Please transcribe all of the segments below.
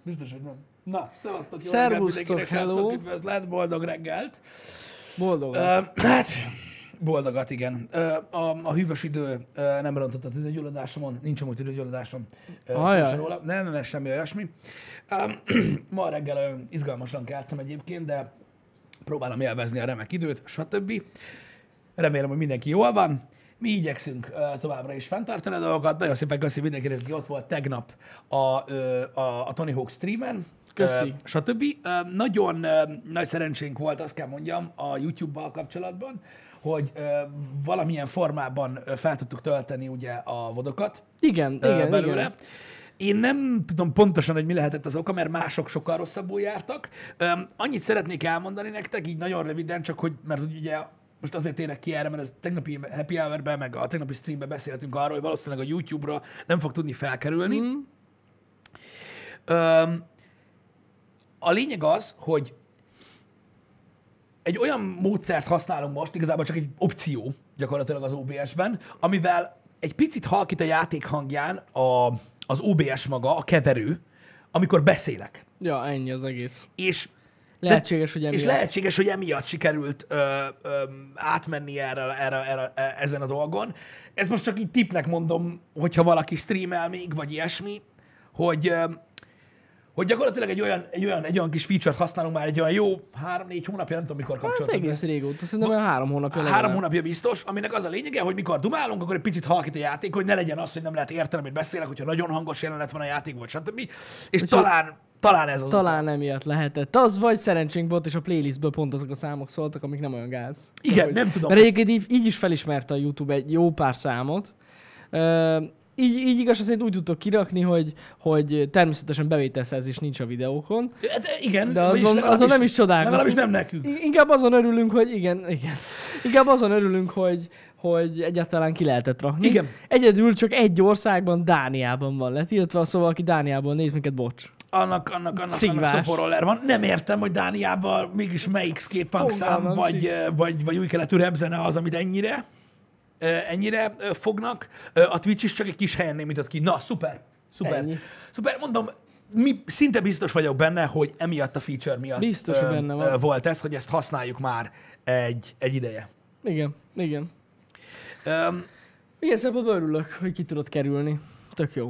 Biztos, hogy nem. Na, szevasztok, jó reggelt Szervusztok, mindenkinek, hello. srácok, üdvözlet, boldog reggelt. Boldog. Hát, boldogat, igen. A hűvös idő nem rontott a tüdőgyulladásomon, nincs amúgy tüdőgyulladásom. Ajaj. Róla. Nem, semmi olyasmi. Ma reggel olyan izgalmasan keltem egyébként, de próbálom élvezni a remek időt, stb. Remélem, hogy mindenki jól van. Mi igyekszünk továbbra is fenntartani a dolgokat. Nagyon szépen köszi mindenkinek, aki ott volt tegnap a Tony Hawk streamen. Köszi. Stb. Nagyon nagy szerencsénk volt, azt kell mondjam, a YouTube-bal kapcsolatban, hogy valamilyen formában fel tudtuk tölteni ugye a vodokat Igen. belőle. Én nem tudom pontosan, hogy mi lehetett az oka, mert mások sokkal rosszabbul jártak. Annyit szeretnék elmondani nektek, így nagyon röviden, csak hogy, mert ugye most azért térek ki erre, mert ez tegnapi Happy Hour-ben, meg a tegnapi streamben beszéltünk arról, hogy valószínűleg a YouTube-ra nem fog tudni felkerülni. A lényeg az, hogy egy olyan módszert használunk most, igazából csak egy opció gyakorlatilag az OBS-ben, amivel egy picit halkít a játék hangján az OBS maga, a keverő, amikor beszélek. Ja, ennyi az egész. És Lehetséges, hogy emiatt. És lehetséges, hogy emiatt sikerült átmenni erre ezen a dolgon. Ez most csak így tippnek mondom, hogyha valaki streamel még, vagy ilyesmi, hogy gyakorlatilag egy olyan kis feature-t használunk már egy olyan jó 3-4 hónapja, nem tudom mikor Hát kapcsoltam. egész régóta, szerintem olyan 3 hónapja. 3 hónapja biztos, aminek az a lényege, hogy mikor dumálunk, akkor egy picit halkít a játék, hogy ne legyen az, hogy nem lehet érteni, amit beszélek, hogyha nagyon hangos jelenet van a játékban, stb. És talán ez az. Talán emiatt lehetett. Az vagy szerencsénk volt, és a playlistből pont azok a számok szóltak, amik nem olyan gáz. Igen, hogy, nem tudom. Mert egyébként így is felismerte a YouTube egy jó pár számot. Így igaz, szerint úgy tudtok kirakni, hogy természetesen bevételszerzés nincs a videókon. Igen, de azon nem is csodálkozunk. Legalábbis nem nekünk. Inkább azon örülünk, hogy igen. Inkább azon örülünk, hogy egyáltalán ki lehetett rakni. Igen. Egyedül csak egy országban, Dániában van letiltva, szóval aki Dániából néz minket, bocs. Annak szoporoller van. Nem értem, hogy Dániában mégis melyik skatepunk szám, vagy új keletű repzene az, amit ennyire fognak. A Twitch is csak egy kis helyen némított ki. Na, szuper. Ennyi. Szuper, mondom, szinte biztos vagyok benne, hogy emiatt a feature miatt biztos, hogy benne van. Volt ez, hogy ezt használjuk már egy ideje. Igen. Igen, szempontból örülök, hogy ki tudod kerülni. Tök jó.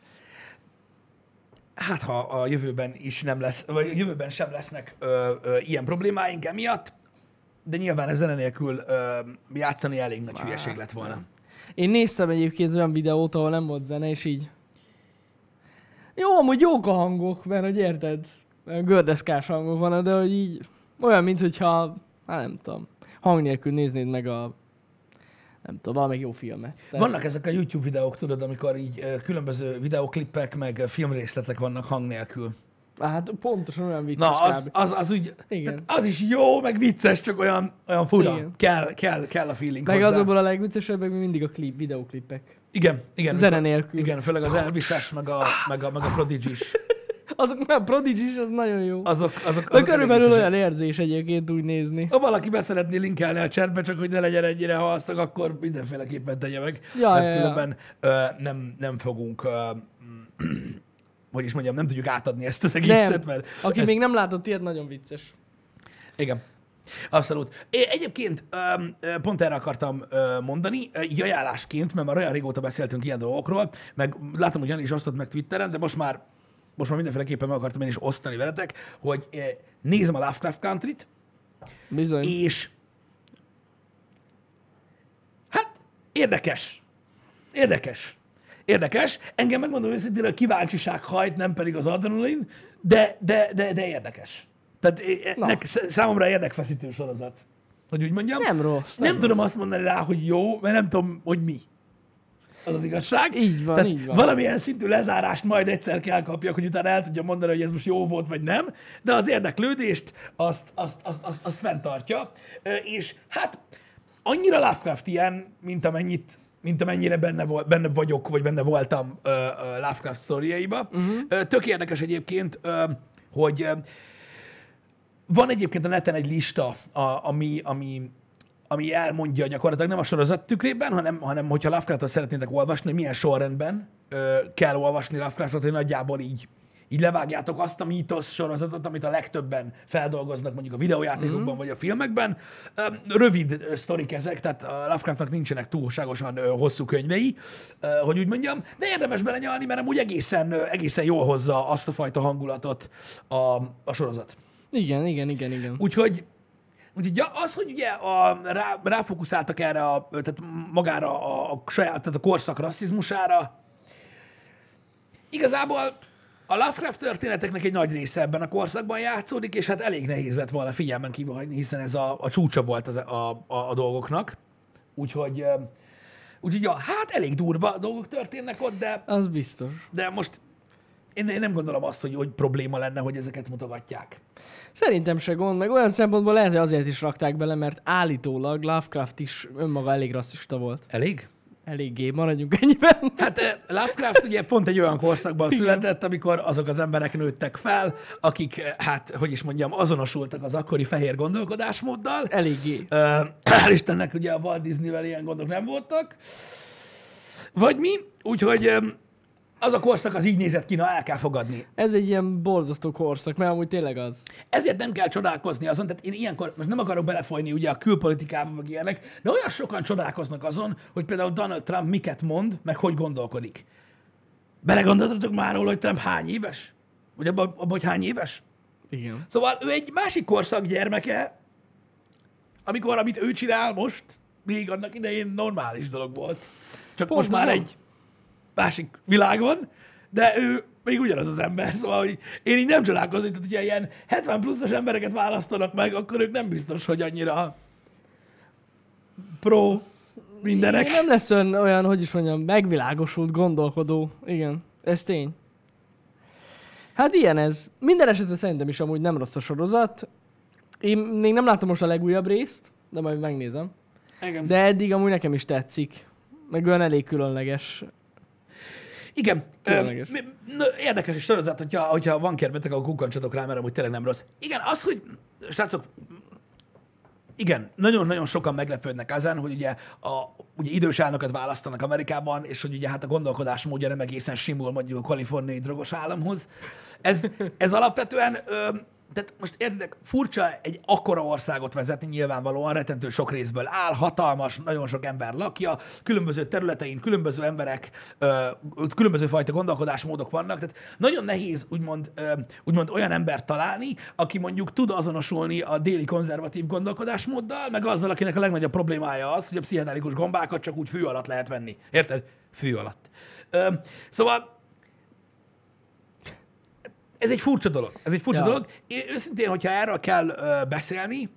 Hát, ha a jövőben is nem lesz, vagy a jövőben sem lesznek ilyen problémáink emiatt, de nyilván ez zene nélkül játszani elég nagy hülyeség lett volna. Nem. Én néztem egyébként olyan videót, ahol nem volt zene, és így... Jó, amúgy jók a hangok, mert hogy érted, gördeszkás hangok van, de hogy így olyan, mintha, nem tudom, hang nélkül néznéd meg nem tudom, valamelyik jó filmet. Vannak ezek a YouTube videók, tudod, amikor így különböző videóklippek, meg filmrészletek vannak hang nélkül. Hát pontosan olyan vicces. Na, az úgy, igen. Az is jó, meg vicces, csak olyan fura. Igen. Kell a feeling meg hozzá. azokból a legviccesebbek még mindig a videóklipek. Igen. Zene nélkül. Igen, főleg az Elvis-es, meg a Prodigy-s. Azok, nem, Prodigy-s, az nagyon jó. Azok de körülbelül olyan érzés egyébként úgy nézni. Ha valaki be szeretné linkelni a chatbe, csak hogy ne legyen ennyire halszag, akkor mindenféleképpen tegye meg. Mert különben nem fogunk, hogy is mondjam, nem tudjuk átadni ezt az egészet. Mert aki még nem látott ilyet, nagyon vicces. Igen. Abszolút. Egyébként pont erre akartam mondani, így ajánlásként, mert már olyan régóta beszéltünk ilyen dolgokról, meg látom, hogy Jani is osztott meg Twitteren, de most már mindenféleképpen meg akartam én is osztani veletek, hogy nézem a Lovecraft Country-t. Bizony. És hát érdekes. Engem megmondom őszintén, a kíváncsiság hajt, nem pedig az adrenalin, de érdekes. Tehát számomra érdekfeszítő sorozat, hogy úgy mondjam. Nem rossz. Nem tudom azt mondani rá, hogy jó, mert nem tudom, hogy mi. Az az igazság. Így van. Valamilyen szintű lezárást majd egyszer kell kapjak, hogy utána el tudjam mondani, hogy ez most jó volt, vagy nem, de az érdeklődést azt fenntartja. És hát annyira Lovecraft-ilyen, mint amennyire benne vagyok, vagy benne voltam Lovecraft sztoriaiba. Tök érdekes egyébként, hogy van egyébként a neten egy lista, ami elmondja gyakorlatilag nem a sorozat tükrében, hanem hogyha Lovecraftot szeretnétek olvasni, milyen sorrendben kell olvasni Lovecraftot, hogy nagyjából így levágjátok azt a mítosz sorozatot, amit a legtöbben feldolgoznak mondjuk a videójátékokban vagy a filmekben. Rövid sztorik ezek, tehát a Lovecraftnak nincsenek túlságosan hosszú könyvei, hogy úgy mondjam, de érdemes belenyalni, mert amúgy egészen jól hozza azt a fajta hangulatot a sorozat. Igen. Úgyhogy ja, az, hogy ugye ráfókuszáltak erre, tehát magára a saját, tehát a korszak rasszizmusára, igazából a Lovecraft történeteknek egy nagy része ebben a korszakban játszódik, és hát elég nehéz lett volna figyelmen kívül hagyni, hiszen ez a csúcsa volt a dolgoknak. Úgyhogy ja, hát elég durva dolgok történnek ott, de... Az biztos. De most én nem gondolom azt, hogy probléma lenne, hogy ezeket mutogatják. Szerintem se gond, meg olyan szempontból lehet, hogy azért is rakták bele, mert állítólag Lovecraft is önmaga elég rasszista volt. Elég? Eléggé, maradjunk ennyiben. Hát Lovecraft ugye pont egy olyan korszakban született, amikor azok az emberek nőttek fel, akik, hát, hogy is mondjam, azonosultak az akkori fehér gondolkodásmóddal. Eléggé. Hál' Istennek ugye a Walt Disneyvel ilyen gondok nem voltak. Vagy mi, úgyhogy az a korszak az így nézett ki, na el kell fogadni. Ez egy ilyen borzasztó korszak, mert amúgy tényleg az. Ezért nem kell csodálkozni azon, tehát én ilyenkor, most nem akarok belefolyni ugye a külpolitikába, meg ilyenek, de olyan sokan csodálkoznak azon, hogy például Donald Trump miket mond, meg hogy gondolkodik. Belegondoltatok már róla, hogy Trump hány éves? Vagy abban, hogy hány éves? Igen. Szóval ő egy másik korszak gyermeke, amikor amit ő csinál most, még annak idején normális dolog volt. Csak most már egy másik világban, de ő még ugyanaz az ember, szóval hogy én így nem csodálkozom, hogy hogyha ilyen 70 pluszos embereket választanak meg, akkor ők nem biztos, hogy annyira pro mindenek. Nem lesz olyan, hogy is mondjam, megvilágosult gondolkodó. Igen, ez tény. Hát ilyen ez. Minden esetre szerintem is amúgy nem rossz a sorozat. Én még nem láttam most a legújabb részt, de majd megnézem. Igen. De eddig amúgy nekem is tetszik. Meg olyan elég különleges. Igen. Különleges. Érdekes is sorozat, hogyha van kedvetek, akkor kukkancsatok rá, mert amúgy tényleg nem rossz. Igen, az, hogy srácok, igen, nagyon-nagyon sokan meglepődnek ezen, hogy ugye idős elnököt választanak Amerikában, és hogy ugye hát a gondolkodásmódja nem egészen simul mondjuk a kaliforniai drogos államhoz. Ez alapvetően, tehát most értitek, furcsa egy akkora országot vezetni, nyilvánvalóan rettentő sok részből áll, hatalmas, nagyon sok ember lakja, különböző területein, különböző emberek, különböző fajta gondolkodásmódok vannak, tehát nagyon nehéz úgymond olyan embert találni, aki mondjuk tud azonosulni a déli konzervatív gondolkodásmóddal, meg azzal, akinek a legnagyobb problémája az, hogy a pszichedelikus gombákat csak úgy fű alatt lehet venni. Érted? Fű alatt. Szóval ez egy furcsa dolog. Dolog. Én őszintén, hogyha erről kell beszélni,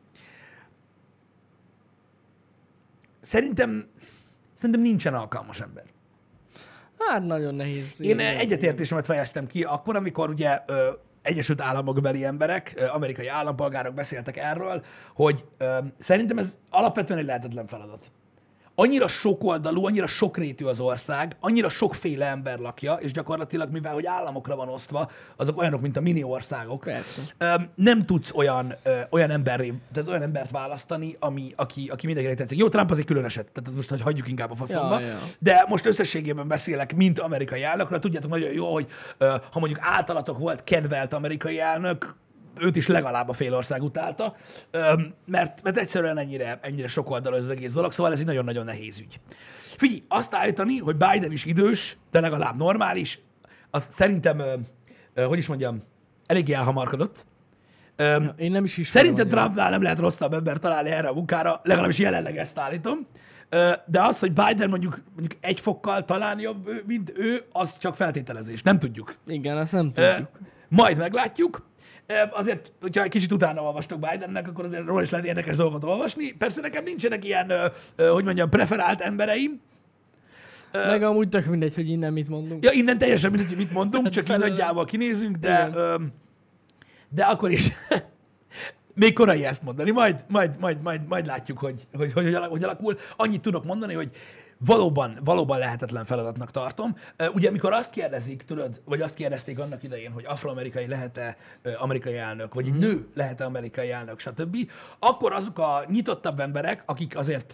szerintem nincsen alkalmas ember. Hát nagyon nehéz. Én egyetértésemet fejeztem ki akkor, amikor ugye Egyesült Államokbeli emberek, amerikai állampolgárok beszéltek erről, hogy szerintem ez alapvetően egy lehetetlen feladat. Annyira sokoldalú, annyira sokrétű az ország, annyira sokféle ember lakja, és gyakorlatilag, mivel hogy államokra van osztva, azok olyanok, mint a mini országok. Persze. Nem tudsz olyan embert választani, aki mindenkinek tetszik. Jó, Trump az egy külön eset, tehát most hogy hagyjuk inkább a faszomba. Ja. De most összességében beszélek, mint amerikai elnökről. Tudjátok nagyon jó, hogy ha mondjuk általatok volt kedvelt amerikai elnök, őt is legalább a fél ország utálta, mert egyszerűen ennyire sokoldalú ez az egész dolog, szóval ez egy nagyon-nagyon nehéz ügy. Figyelj, azt állítani, hogy Biden is idős, de legalább normális, az szerintem, hogy is mondjam, eléggé elhamarkodott. Én nem is ismerem. Szerintem Trumpnál nem lehet rosszabb ember találni erre a munkára, legalábbis jelenleg ezt állítom. De az, hogy Biden mondjuk egy fokkal talán jobb, mint ő, az csak feltételezés. Nem tudjuk. Igen, azt nem tudjuk. Majd meglátjuk. Azért, hogyha egy kicsit utána olvastok Bidennek, akkor azért róla is lehet érdekes dolgot olvasni. Persze nekem nincsenek ilyen, hogy mondjam, preferált embereim. Meg amúgy tök mindegy, hogy innen mit mondunk. Ja, innen teljesen mindegy, hogy mit mondunk, csak így nagyjából kinézünk, de akkor is még korai ezt mondani. Majd látjuk, hogy alakul. Annyit tudok mondani, hogy valóban lehetetlen feladatnak tartom. Ugye, amikor azt kérdezik, tudod, vagy azt kérdezték annak idején, hogy afroamerikai lehet-e amerikai elnök, vagy egy nő lehet-e amerikai elnök, stb., akkor azok a nyitottabb emberek, akik azért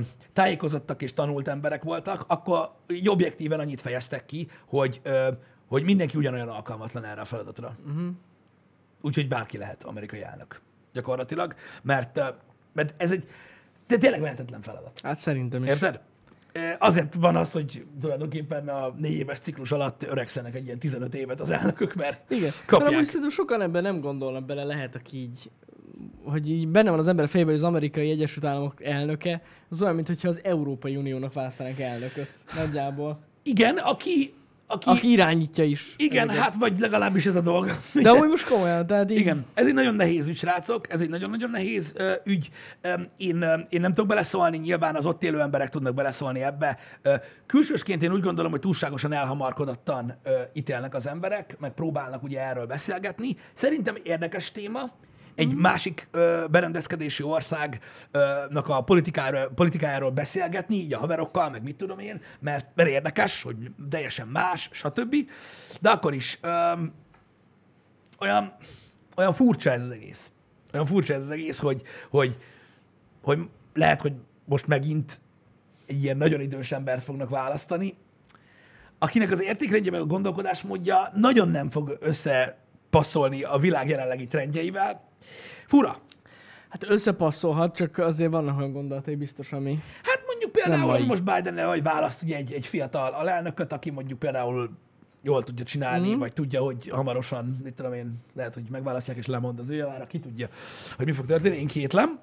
tájékozottak és tanult emberek voltak, akkor objektíven annyit fejeztek ki, hogy hogy mindenki ugyanolyan alkalmatlan erre a feladatra. Úgyhogy bárki lehet amerikai elnök. Gyakorlatilag, mert ez egy tényleg lehetetlen feladat. Hát szerintem is. Érted? Azért van az, hogy tulajdonképpen a 4 éves ciklus alatt öregszenek egy ilyen 15 évet az elnökök, mert Igen. kapják. Mert amúgy szerintem sokan ebben nem gondolnak bele, lehet, aki így, hogy így benne van az ember fejében, hogy az Amerikai Egyesült Államok elnöke, az olyan, mintha az Európai Uniónak választanak elnököt. Nagyjából. Igen, aki Aki irányítja is. igen, ezeket. hát vagy legalábbis ez a dolga. De amúgy most komolyan, tehát így... Igen, ez egy nagyon nehéz ügy, srácok, ez egy nagyon-nagyon nehéz ügy. Én nem tudok beleszólni, nyilván az ott élő emberek tudnak beleszólni ebbe. Külsősként én úgy gondolom, hogy túlságosan elhamarkodottan ítélnek az emberek, meg próbálnak ugye erről beszélgetni. Szerintem érdekes téma. Egy másik berendezkedési országnak a politikájáról beszélgetni, így a haverokkal, meg mit tudom én, mert érdekes, hogy teljesen más, stb. De akkor is olyan furcsa ez az egész. Olyan furcsa ez az egész, hogy lehet, hogy most megint egy ilyen nagyon idős embert fognak választani, akinek az értékrendje meg a gondolkodásmódja nagyon nem fog összepasszolni a világ jelenlegi trendjeivel. Fura. Hát összepasszolhat, csak azért vannak olyan gondolatai biztos, ami... Hát mondjuk például, mai. hogy most Biden vagy választ ugye egy fiatal alelnököt, aki mondjuk például jól tudja csinálni, vagy tudja, hogy hamarosan, mit tudom én, lehet, hogy megválasztják és lemond az ő javára, ki tudja, hogy mi fog történni, én kétlem.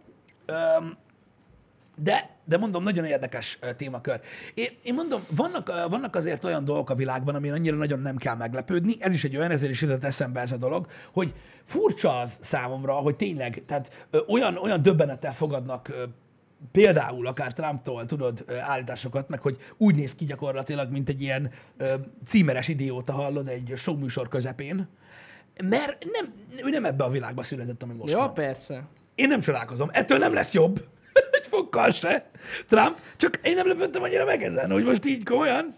De mondom, nagyon érdekes témakör. Én mondom, vannak azért olyan dolgok a világban, amin annyira nagyon nem kell meglepődni, ez is egy olyan, ezért is jutott eszembe ez a dolog, hogy furcsa az számomra, hogy tényleg, tehát olyan döbbenettel fogadnak például akár Trumptól, tudod, állításokat, meg hogy úgy néz ki gyakorlatilag, mint egy ilyen címeres idióta, hallod, egy showműsor közepén, mert ő nem ebbe a világba született, ami most Ja, van. persze. Én nem csodálkozom. Ettől nem lesz jobb. Egy fokkal se. Trump. Csak én nem lepődtem annyira meg ezen, hogy most így komolyan.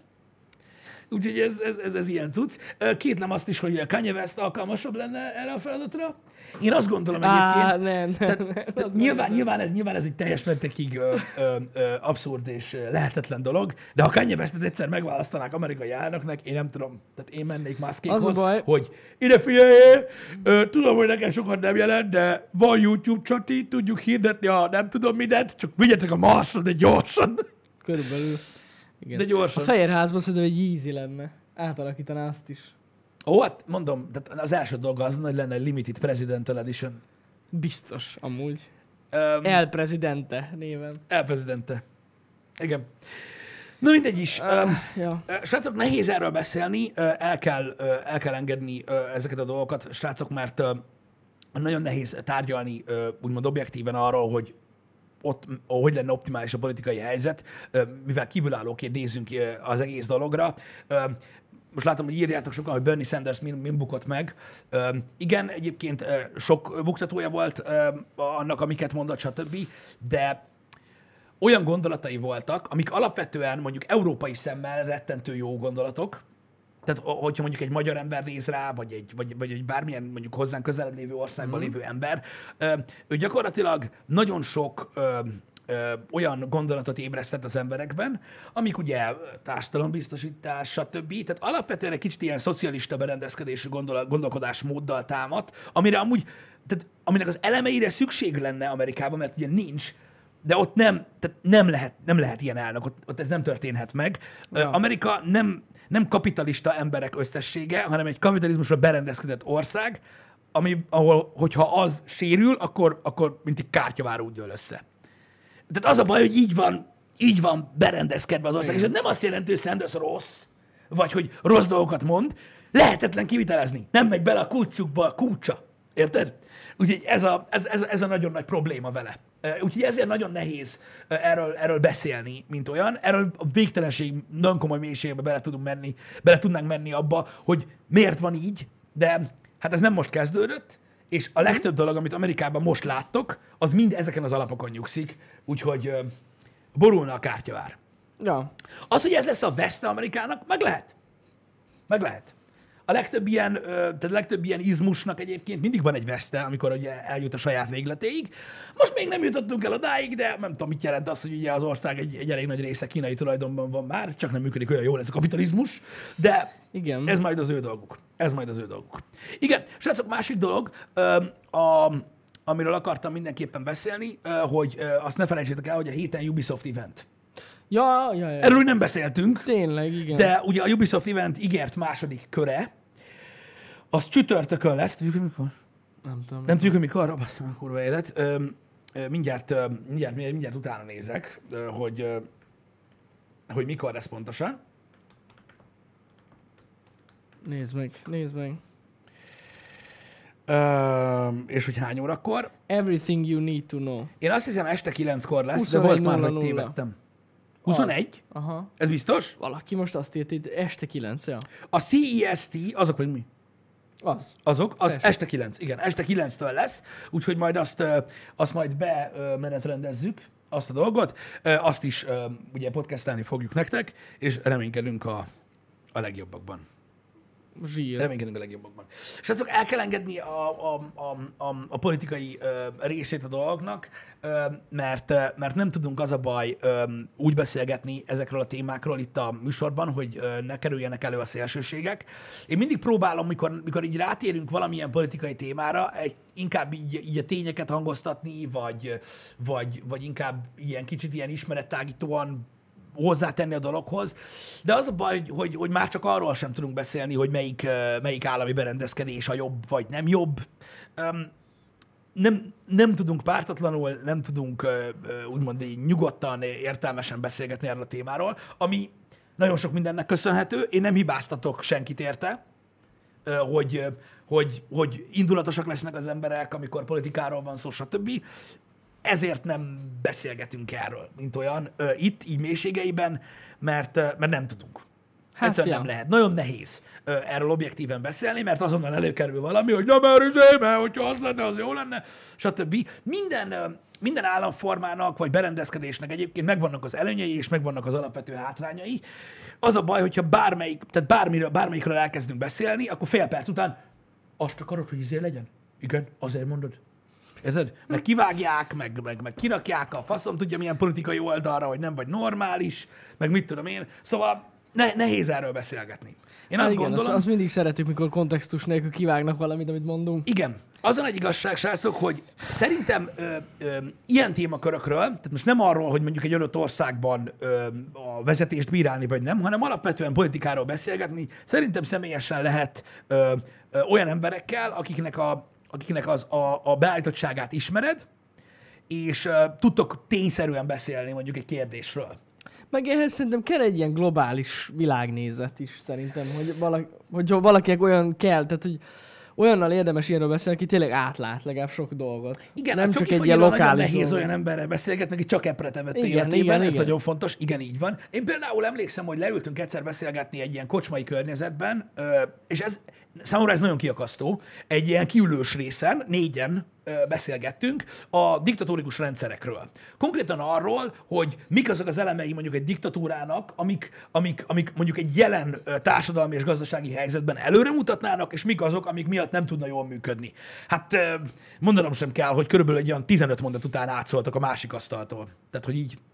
Úgyhogy ez ilyen cucc. Kétlem azt is, hogy Kanye West alkalmasabb lenne erre a feladatra. Én azt gondolom egyébként. Nem. Nyilván ez egy teljes mértékig abszurd és lehetetlen dolog, de ha Kanye Westet egyszer megválasztanák amerikai elnöknek, én nem tudom. Tehát én mennék Muskékhoz, hogy ide figyeljél, tudom, hogy nekem sokat nem jelent, de van YouTube csati, tudjuk hirdetni a nem tudom mindent, csak vigyetek a Marsra, de gyorsan. Körülbelül. Igen. De gyorsan. A Fehérházban szerintem egy easy lenne. Átalakítaná azt is. Ó, hát mondom, tehát az első dolga az, hogy lenne Limited Presidential Edition. Biztos, amúgy. El Presidente néven. El Presidente. Igen. Na mindegy is. Ja. Srácok, nehéz erről beszélni, el kell engedni ezeket a dolgokat, srácok, mert nagyon nehéz tárgyalni úgymond objektíven arról, hogy ott hogy lenne optimális a politikai helyzet, mivel kívülállóként nézzünk az egész dologra. Most látom, hogy írjátok sokan, hogy Bernie Sanders min bukott meg. Igen, egyébként sok buktatója volt annak, amiket mondott, stb., de olyan gondolatai voltak, amik alapvetően mondjuk európai szemmel rettentő jó gondolatok. Tehát, hogyha mondjuk egy magyar ember néz rá, vagy egy bármilyen mondjuk hozzánk közelebb lévő országban lévő ember, ő gyakorlatilag nagyon sok olyan gondolatot ébresztett az emberekben, amik ugye társadalombiztosítás, stb. Tehát alapvetően egy kicsit ilyen szocialista berendezkedésű gondolkodásmóddal támadt, amire amúgy, tehát aminek az elemeire szükség lenne Amerikában, mert ugye nincs, de ott nem lehet ilyen elnök, ott ez nem történhet meg. Ja. Amerika nem kapitalista emberek összessége, hanem egy kapitalizmusra berendezkedett ország, ahol, hogyha az sérül, akkor mint egy kártyaváró úgy dől össze. Tehát az a baj, hogy így van berendezkedve az ország, és ez nem azt jelenti, hogy Sanders rossz, vagy hogy rossz dolgokat mond, lehetetlen kivitelezni. Nem megy bele a kulcsukba a kulcsa. Érted? Úgyhogy ez a nagyon nagy probléma vele. Úgyhogy ezért nagyon nehéz erről beszélni, mint olyan. Erről a végtelenség nagyon komoly mélységbe bele tudnánk menni abba, hogy miért van így, de hát ez nem most kezdődött, és a legtöbb dolog, amit Amerikában most láttok, az mind ezeken az alapokon nyugszik, úgyhogy borulna a kártyavár. Ja. Az, hogy ez lesz a veszte Amerikának, meg lehet. Meg lehet. a legtöbb ilyen izmusnak egyébként mindig van egy veszte, amikor ugye eljut a saját végletéig. Most még nem jutottunk el odáig, de nem tudom, mit jelent az, hogy ugye az ország egy elég nagy része kínai tulajdonban van már, csak nem működik olyan jól ez a kapitalizmus, de Igen. ez majd az ő dolguk. Igen, srácok, másik dolog, amiről akartam mindenképpen beszélni, hogy azt ne felejtsétek el, hogy a héten Ubisoft event. Ja. Erről nem beszéltünk, Tényleg, igen. de ugye a Ubisoft event ígért második köre, az csütörtökön lesz, tudjuk, hogy mikor? Nem tudom. Nem tudjuk, hogy mikor? Basszom a kurva élet. Mindjárt utána nézek, hogy mikor lesz pontosan. Nézd meg. És hogy hány órakor. Everything you need to know. Én azt hiszem este 9-kor lesz, de volt már, hogy 21:00. tévedtem. 21? Aha. Ez biztos? Valaki most azt írt itt, este 9, ja. A CEST, azok vagy mi? Az este 9, igen, este 9-től lesz, úgyhogy majd azt majd bemenetrendezzük, azt a dolgot. Azt is ugye podcastelni fogjuk nektek, és reménykedünk a legjobbakban. Zsír. Reménykedünk a legjobbakban. Srácok, el kell engedni a politikai részét a dolgoknak, mert nem tudunk, az a baj, úgy beszélgetni ezekről a témákról itt a műsorban, hogy ne kerüljenek elő a szélsőségek. Én mindig próbálom, mikor így rátérünk valamilyen politikai témára, inkább így a tényeket hangoztatni, vagy inkább kicsit ilyen ismerettágítóan hozzátenni a dologhoz, de az a baj, hogy már csak arról sem tudunk beszélni, hogy melyik állami berendezkedés a jobb vagy nem jobb. Nem tudunk pártatlanul, nem tudunk úgymond így nyugodtan, értelmesen beszélgetni erről a témáról, ami nagyon sok mindennek köszönhető. Én nem hibáztatok senkit érte, hogy indulatosak lesznek az emberek, amikor politikáról van szó, stb. Ezért nem beszélgetünk erről, mint olyan itt, így mélységeiben, mert nem tudunk. Hát egyszerűen nem lehet. Nagyon nehéz erről objektíven beszélni, mert azonnal előkerül valami, hogy na mert hogyha az lenne, az jó lenne, stb. Minden államformának vagy berendezkedésnek egyébként megvannak az előnyei, és megvannak az alapvető hátrányai. Az a baj, hogyha bármelyikről elkezdünk beszélni, akkor fél perc után azt akarod, hogy izé legyen? Igen, azért mondod. Érted? Meg kivágják, meg kirakják a faszom, tudja milyen politikai oldalra, hogy nem vagy normális, meg mit tudom én. Szóval nehéz erről beszélgetni. Én azt gondolom... Azt mindig szeretjük, mikor kontextus nélkül kivágnak valamit, amit mondunk. Igen. Az a nagy igazság, srácok, hogy szerintem ilyen témakörökről, tehát most nem arról, hogy mondjuk egy adott országban a vezetést bírálni, vagy nem, hanem alapvetően politikáról beszélgetni, szerintem személyesen lehet olyan emberekkel, akiknek a beállítottságát ismered, és tudtok tényszerűen beszélni mondjuk egy kérdésről. Meg ehhez szerintem kell egy ilyen globális világnézet is szerintem, hogy valakinek olyan kell, tehát hogy olyannal érdemes ilyenről beszélni, aki tényleg átlát legalább sok dolgot. Igen, nem csak egy ilyen lokális nagyon nehéz dolgot. olyan emberrel beszélgetni, aki csak epre tevett életében, ez nagyon fontos, igen, így van. Én például emlékszem, hogy leültünk egyszer beszélgetni egy ilyen kocsmai környezetben, és számomra ez nagyon kiakasztó, egy ilyen kiülős részen, 4-en beszélgettünk a diktatórikus rendszerekről. Konkrétan arról, hogy mik azok az elemei mondjuk egy diktatúrának, amik mondjuk egy jelen társadalmi és gazdasági helyzetben előre mutatnának, és mik azok, amik miatt nem tudna jól működni. Hát mondanom sem kell, hogy körülbelül egy olyan 15 mondat után átszóltak a másik asztaltól. Tehát, hogy így.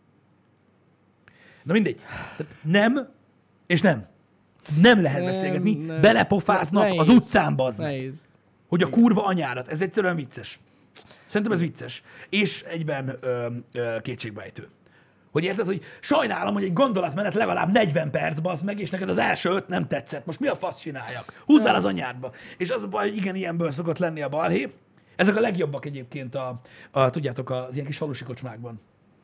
Na mindegy. Tehát nem, és nem. Nem lehet beszélgetni. Belepofáznak az utcán, bazd meg. Hogy a kurva anyárat. Ez egyszerűen vicces. Szerintem ez vicces. És egyben kétségbejtő. Hogy érted, hogy sajnálom, hogy egy gondolatmenet legalább 40 perc, bazd meg, és neked az első 5 nem tetszett. Most mi a fasz csináljak? Húzzál az anyádba. És az a baj, hogy igen, ilyenből szokott lenni a balhé. Ezek a legjobbak egyébként tudjátok, az ilyen kis falusi kocsmákban.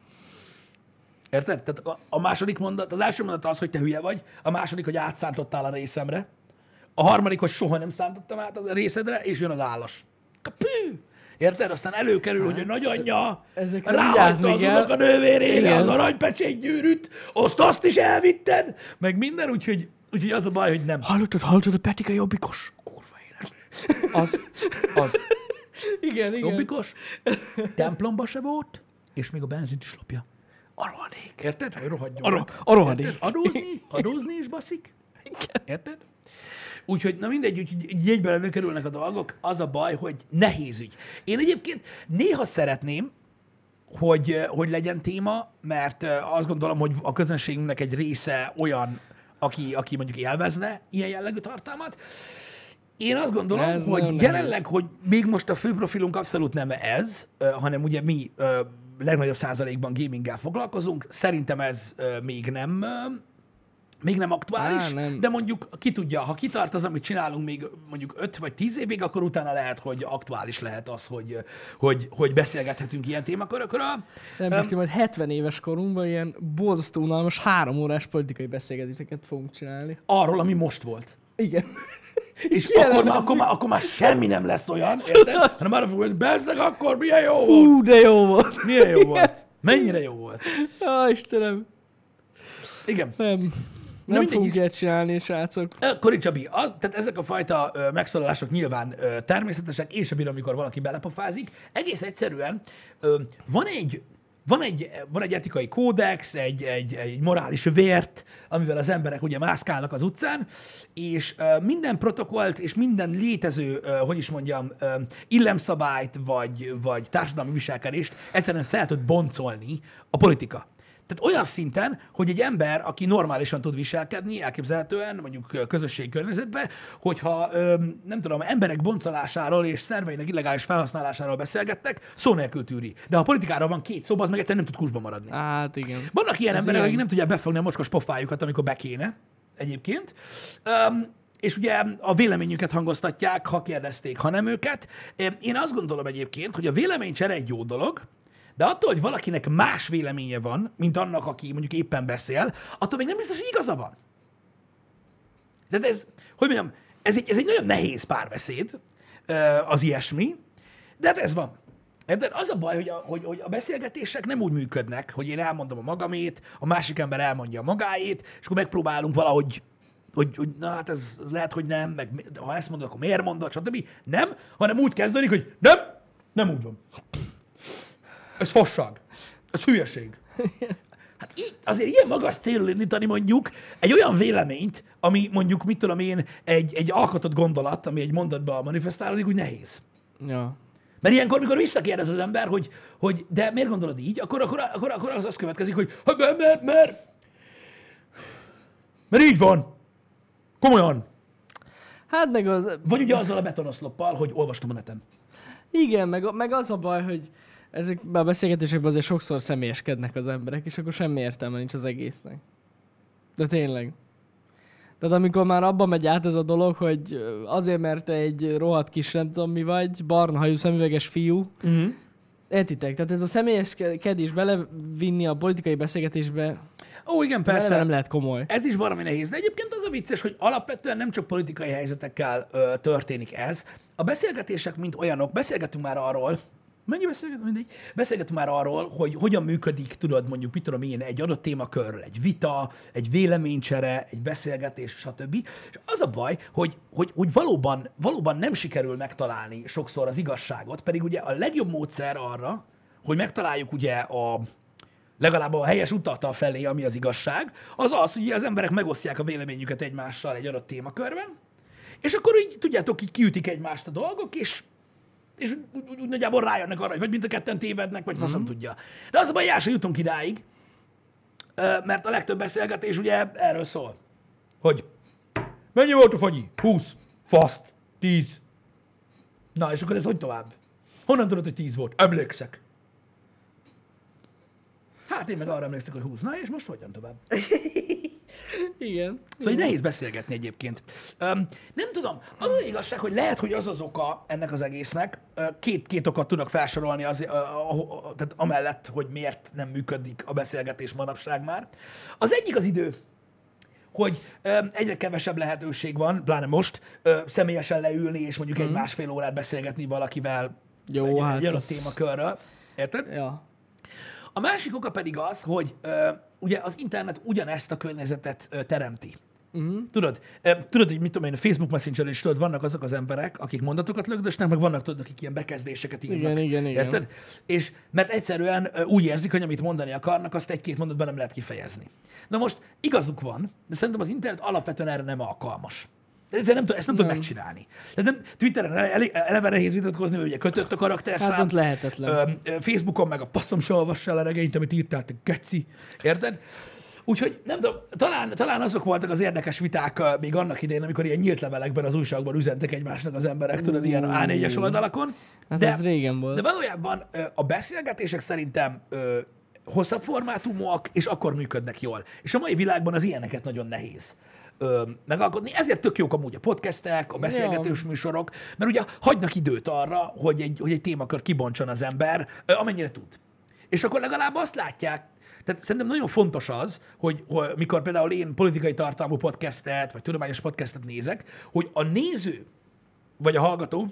Érted? Tehát a második mondat, az első mondat az, hogy te hülye vagy, a második, hogy átszántottál a részemre, a harmadik, hogy soha nem szántottam át a részedre, és jön az állas. Kapű! Érted? Aztán előkerül, hogy a nagyanyja ráhagyta az unokanővérére az aranypecsétgyűrűt, azt is elvitted, meg minden, úgyhogy az a baj, hogy nem. Hallottad a Petika jobbikos? Kurva élet. Az. Igen. Jobbikos, templomba se volt, és még a benzint is lopja. A rohadék. Érted? Hogy rohadjon. A rohadék. Adózni is baszik. Igen. Érted? Úgyhogy, na mindegy, úgyhogy így egyben előkerülnek a dolgok, az a baj, hogy nehéz ügy. Én egyébként néha szeretném, hogy legyen téma, mert azt gondolom, hogy a közönségünknek egy része olyan, aki mondjuk élvezne ilyen jellegű tartalmat. Én azt gondolom, hogy jelenleg, hogy még most a fő profilunk abszolút nem ez, hanem ugye mi legnagyobb százalékban gaminggel foglalkozunk. Szerintem ez még nem aktuális, nem. de mondjuk ki tudja, ha kitart az, amit csinálunk még mondjuk 5 vagy 10 évig, akkor utána lehet, hogy aktuális lehet az, hogy beszélgethetünk ilyen témakörökről. Nem, most majd 70 éves korunkban ilyen borzasztó unalmas 3 órás politikai beszélgetéseket fogunk csinálni. Arról, ami most volt. Igen. És akkor már semmi nem lesz olyan, érted? Hanem arra fogjuk, hogy bezzeg, akkor milyen jó volt. Fú, de jó volt. Milyen jó volt. Mennyire jó volt. Istenem. Igen. Nem fogunk ilyet csinálni, srácok. Kori Csabi, tehát ezek a fajta megszólalások nyilván természetesek, és a bír, amikor valaki belepofázik. Egész egyszerűen van egy etikai kódex, egy morális vért, amivel az emberek ugye mászkálnak az utcán, és minden protokollt és minden létező, illemszabályt vagy társadalmi viselkedést egyszerűen fel tud boncolni a politika. Tehát olyan szinten, hogy egy ember, aki normálisan tud viselkedni, elképzelhetően, mondjuk közösségi környezetben, hogyha, nem tudom, emberek boncolásáról és szerveinek illegális felhasználásáról beszélgettek, szó nélkül tűri. De ha a politikáról van 2 szó, az meg egyszerűen nem tud kursba maradni. Hát igen. Vannak ilyen emberek, akik nem tudják befogni a mocskos pofájukat, amikor be kéne, egyébként. És ugye a véleményüket hangoztatják, ha kérdezték, ha nem őket. Én azt gondolom egyébként, hogy a véleménycsere egy jó dolog, de attól, hogy valakinek más véleménye van, mint annak, aki mondjuk éppen beszél, attól még nem biztos, hogy igaza van. De ez egy nagyon nehéz párbeszéd, az ilyesmi, de hát ez van. De az a baj, hogy a beszélgetések nem úgy működnek, hogy én elmondom a magamét, a másik ember elmondja a magáét, és akkor megpróbálunk valahogy, hogy na hát ez lehet, hogy nem, meg ha ezt mondod, akkor miért mondod, stb. Nem, hanem úgy kezdődik, hogy nem úgy van. Ez fasság. Ez hülyeség. Hát így, azért ilyen magas célul indítani mondjuk egy olyan véleményt, ami mondjuk, mit tudom én, egy alkotott gondolat, ami egy mondatban manifestálódik, úgy nehéz. Ja. Mert ilyenkor, mikor visszakérdez az ember, hogy de miért gondolod így, akkor az következik, hogy mert így van. Komolyan. Hát meg az... Vagy ugye azzal a betonoszloppal, hogy olvastam a neten. Igen, meg az a baj, hogy ezekben a beszélgetésekben azért sokszor személyeskednek az emberek, és akkor semmi értelme nincs az egésznek. De tényleg. Tehát amikor már abba megy át ez a dolog, hogy azért, mert te egy rohadt kis, nem tudom mi vagy, barna hajú, szemüveges fiú, értitek? Tehát ez a személyeskedés belevinni a politikai beszélgetésbe, Ó, igen, persze. nem lehet komoly. Ez is valami nehéz. De egyébként az a vicces, hogy alapvetően nem csak politikai helyzetekkel történik ez. A beszélgetések, mint olyanok, beszélgetünk már arról, beszélgetünk már arról, hogy hogyan működik, tudod, mondjuk, mit tudom én, egy adott témakörről, egy vita, egy véleménycsere, egy beszélgetés, stb. És az a baj, hogy valóban nem sikerül megtalálni sokszor az igazságot, pedig ugye a legjobb módszer arra, hogy megtaláljuk ugye legalább a helyes utat felé, ami az igazság, az az, hogy az emberek megosztják a véleményüket egymással egy adott témakörben, és akkor így, tudjátok, így kiütik egymást a dolgok, és úgy nagyjából rájönnek arra, hogy vagy mind a ketten tévednek, vagy faszom tudja. De az a baj, hogy jutunk idáig, mert a legtöbb beszélgetés ugye erről szól, hogy mennyi volt a fagyi? 20, faszt, 10. Na, és akkor ez hogy tovább? Honnan tudod, hogy 10 volt? Emlékszek. Hát én meg arra emlékszek, hogy 20. Na, és most hogyan tovább? Igen. Szóval így nehéz beszélgetni egyébként. Nem tudom, az az igazság, hogy lehet, hogy az az oka ennek az egésznek. Két okat tudok felsorolni tehát amellett, hogy miért nem működik a beszélgetés manapság már. Az egyik az idő, hogy egyre kevesebb lehetőség van, pláne most, személyesen leülni és mondjuk egy másfél órát beszélgetni valakivel egy adott témakörről. Érted? Ja. A másik oka pedig az, hogy ugye az internet ugyanezt a környezetet teremti. Tudod, hogy mit tudom én, a Facebook Messenger is tudod, vannak azok az emberek, akik mondatokat lögdösnek, meg vannak tudod, akik ilyen bekezdéseket írnak. Igen. Érted? És mert egyszerűen úgy érzik, hogy amit mondani akarnak, azt egy-két mondatban nem lehet kifejezni. Na most igazuk van, de szerintem az internet alapvetően erre nem alkalmas. Ezt nem tudod megcsinálni. Tehát nem, Twitteren eleve nehéz vitatkozni, mert ugye kötött a karakterszám. Hát ott lehetetlen. Facebookon meg a passzom se olvassa el a regényt, amit írtál, te geci. Érted? Úgyhogy nem tudom, talán azok voltak az érdekes viták még annak idején, amikor ilyen nyílt levelekben az újságban üzentek egymásnak az emberek, tudod, ilyen A4-es oldalakon. Ez régen volt. De valójában a beszélgetések szerintem hosszabb formátumúak, és akkor működnek jól. És a mai világban az ilyeneket nagyon nehéz megalkotni. Ezért tök jók amúgy a podcastek, a beszélgetős műsorok, mert ugye hagynak időt arra, hogy egy témakört kibontson az ember, amennyire tud. És akkor legalább azt látják, tehát szerintem nagyon fontos az, hogy mikor például én politikai tartalmú podcastet, vagy tudományos podcastet nézek, hogy a néző, vagy a hallgató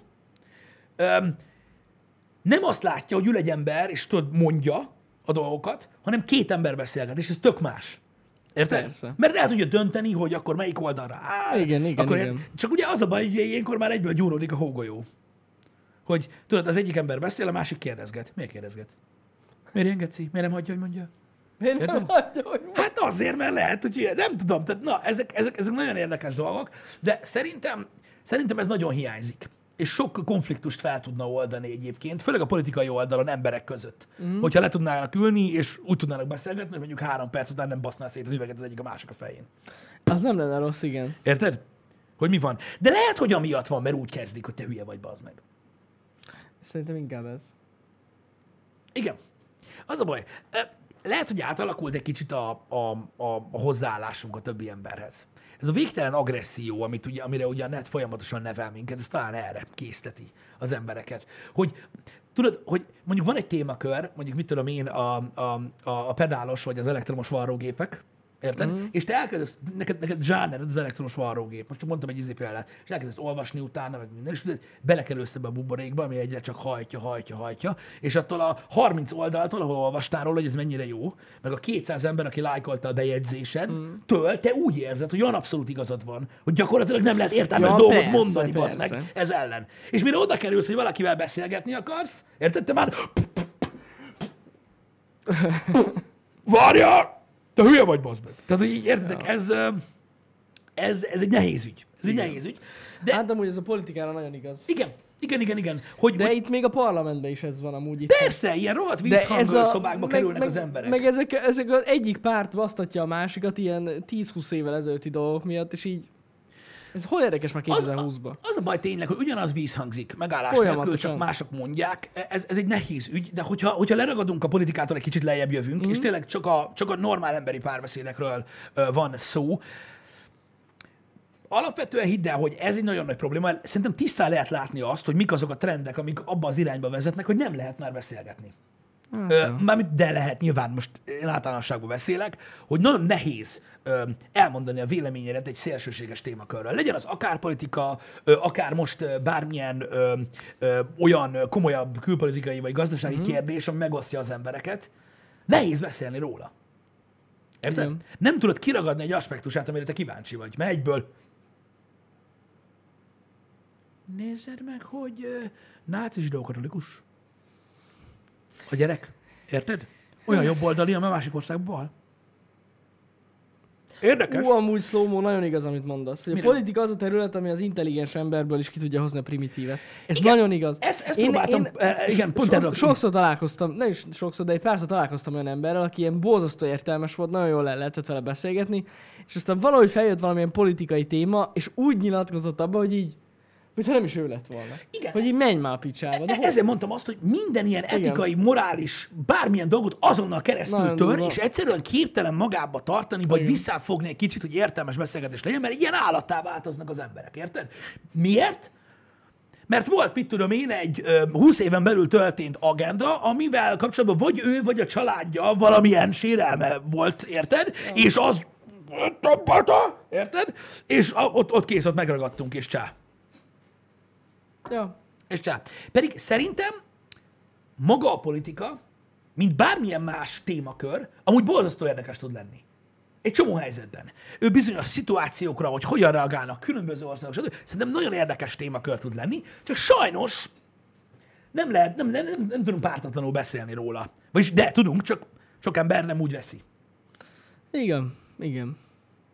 nem azt látja, hogy ül egy ember, és tudod, mondja a dolgokat, hanem két ember beszélget, és ez tök más. Érted? Persze. Mert el tudja dönteni, hogy akkor melyik oldalra áll. Igen. Csak ugye az a baj, hogy ilyenkor már egyből gyúródik a hógolyó. Hogy tudod, az egyik ember beszél, a másik kérdezget. Miért kérdezget? Miért ilyen geci? Miért nem hagyja, hogy mondja? Miért nem hagyja, hogy mondja? Hát azért, mert lehet, hogy nem tudom. Tehát, na, ezek nagyon érdekes dolgok, de szerintem ez nagyon hiányzik. És sok konfliktust fel tudna oldani egyébként, főleg a politikai oldalon emberek között. Hogyha le tudnának ülni, és úgy tudnának beszélgetni, hogy mondjuk 3 perc után nem baszná szét az üveget az egyik a másik a fején. Az nem lenne rossz, igen. Érted? Hogy mi van. De lehet, hogy amiatt van, mert úgy kezdik, hogy te hülye vagy, bazd meg. Szerintem inkább ez. Igen. Az a baj. Lehet, hogy átalakult egy kicsit a hozzáállásunk a többi emberhez. Ez a végtelen agresszió, amire ugye a net folyamatosan nevel minket, ez talán erre készteti az embereket. Hogy tudod, hogy mondjuk van egy témakör, mondjuk mit tudom én, a pedálos vagy az elektromos varrógépek, érted? És te elkezdesz, neked zsánered az elektromos varrógép, most csak mondtam egy példát, és elkezdesz olvasni utána, meg minden, és tudod, belekerülsz ebbe a buborékba, ami egyre csak hajtja, és attól a 30 oldaltól, ahol olvastál róla, hogy ez mennyire jó, meg a 200 ember, aki lájkolta a bejegyzésedtől, te úgy érzed, hogy olyan abszolút igazad van, hogy gyakorlatilag nem lehet értelmes dolgot mondani, bazd meg, ez ellen. És mire oda kerülsz, hogy valakivel beszélgetni akarsz, érted? Te már... Várjál! Te hülye vagy, bazd meg. Tehát, hogy így értedek, ez egy nehéz ügy. Ez egy nehéz ügy. De Hát amúgy ez a politikára nagyon igaz. igen. De itt még a parlamentben is ez van amúgy. Persze, ilyen rohadt vízhangos szobákba kerülnek az emberek. Meg ezek az egyik párt basztatja a másikat ilyen 10-20 évvel ezelőtti dolgok miatt, és így ez hol érdekes már 2020-ban? Az a baj tényleg, hogy ugyanaz vízhangzik, megállás nélkül, csak mások mondják. Ez egy nehéz ügy, de hogyha leragadunk a politikától, egy kicsit lejjebb jövünk, és tényleg csak a normál emberi párbeszédekről van szó, alapvetően hidd el, hogy ez egy nagyon nagy probléma. Szerintem tisztán lehet látni azt, hogy mik azok a trendek, amik abba az irányba vezetnek, hogy nem lehet már beszélgetni. Mármint de lehet, nyilván most én általánosságban beszélek, hogy nagyon nehéz elmondani a véleményedet egy szélsőséges témakörről. Legyen az akár politika, akár most bármilyen olyan komolyabb külpolitikai vagy gazdasági kérdés, ami megosztja az embereket. Nehéz beszélni róla. Érted? Igen. Nem tudod kiragadni egy aspektusát, amire te kíváncsi vagy. Mert egyből nézzed meg, hogy náci zsidó katolikus. A gyerek. Érted? Olyan jobboldali, amely másik országban bal. Érdekes. Amúgy Slow-mo, nagyon igaz, amit mondasz. Hogy a politika az a terület, ami az intelligens emberből is ki tudja hozni a primitívet. Ez igen, nagyon igaz. Ezt próbáltam, igen, pont erről. Sokszor találkoztam, nem is sokszor, de egy párszor találkoztam olyan emberrel, aki ilyen borzasztó értelmes volt, nagyon jól el lehetett vele beszélgetni, és aztán valahogy feljött valamilyen politikai téma, és úgy nyilatkozott abba, hogy így, mintha nem is ő lett volna. Igen. Hogy így menj már a picsába. Ezért mondtam azt, hogy minden ilyen etikai, igen, morális, bármilyen dolgot azonnal keresztül nagyon tör, és egyszerűen képtelen magába tartani, vagy igen, visszafogni egy kicsit, hogy értelmes beszélgetés legyen, mert ilyen állattá változnak az emberek, érted? Miért? Mert volt, mit tudom én, egy 20 éven belül történt agenda, amivel kapcsolatban vagy ő, vagy a családja valamilyen sérelme volt, érted? Ja. És az... Érted? És ott kész, ott megragadtunk, és csá. Ja. És csá. Pedig szerintem maga a politika, mint bármilyen más témakör, amúgy borzasztó érdekes tud lenni. Egy csomó helyzetben. Ő bizonyos szituációkra, hogy hogyan reagálnak különböző országok, stb. Szerintem nagyon érdekes témakör tud lenni, csak sajnos nem tudunk pártatlanul beszélni róla. Vagyis tudunk, csak sok ember nem úgy veszi. Igen.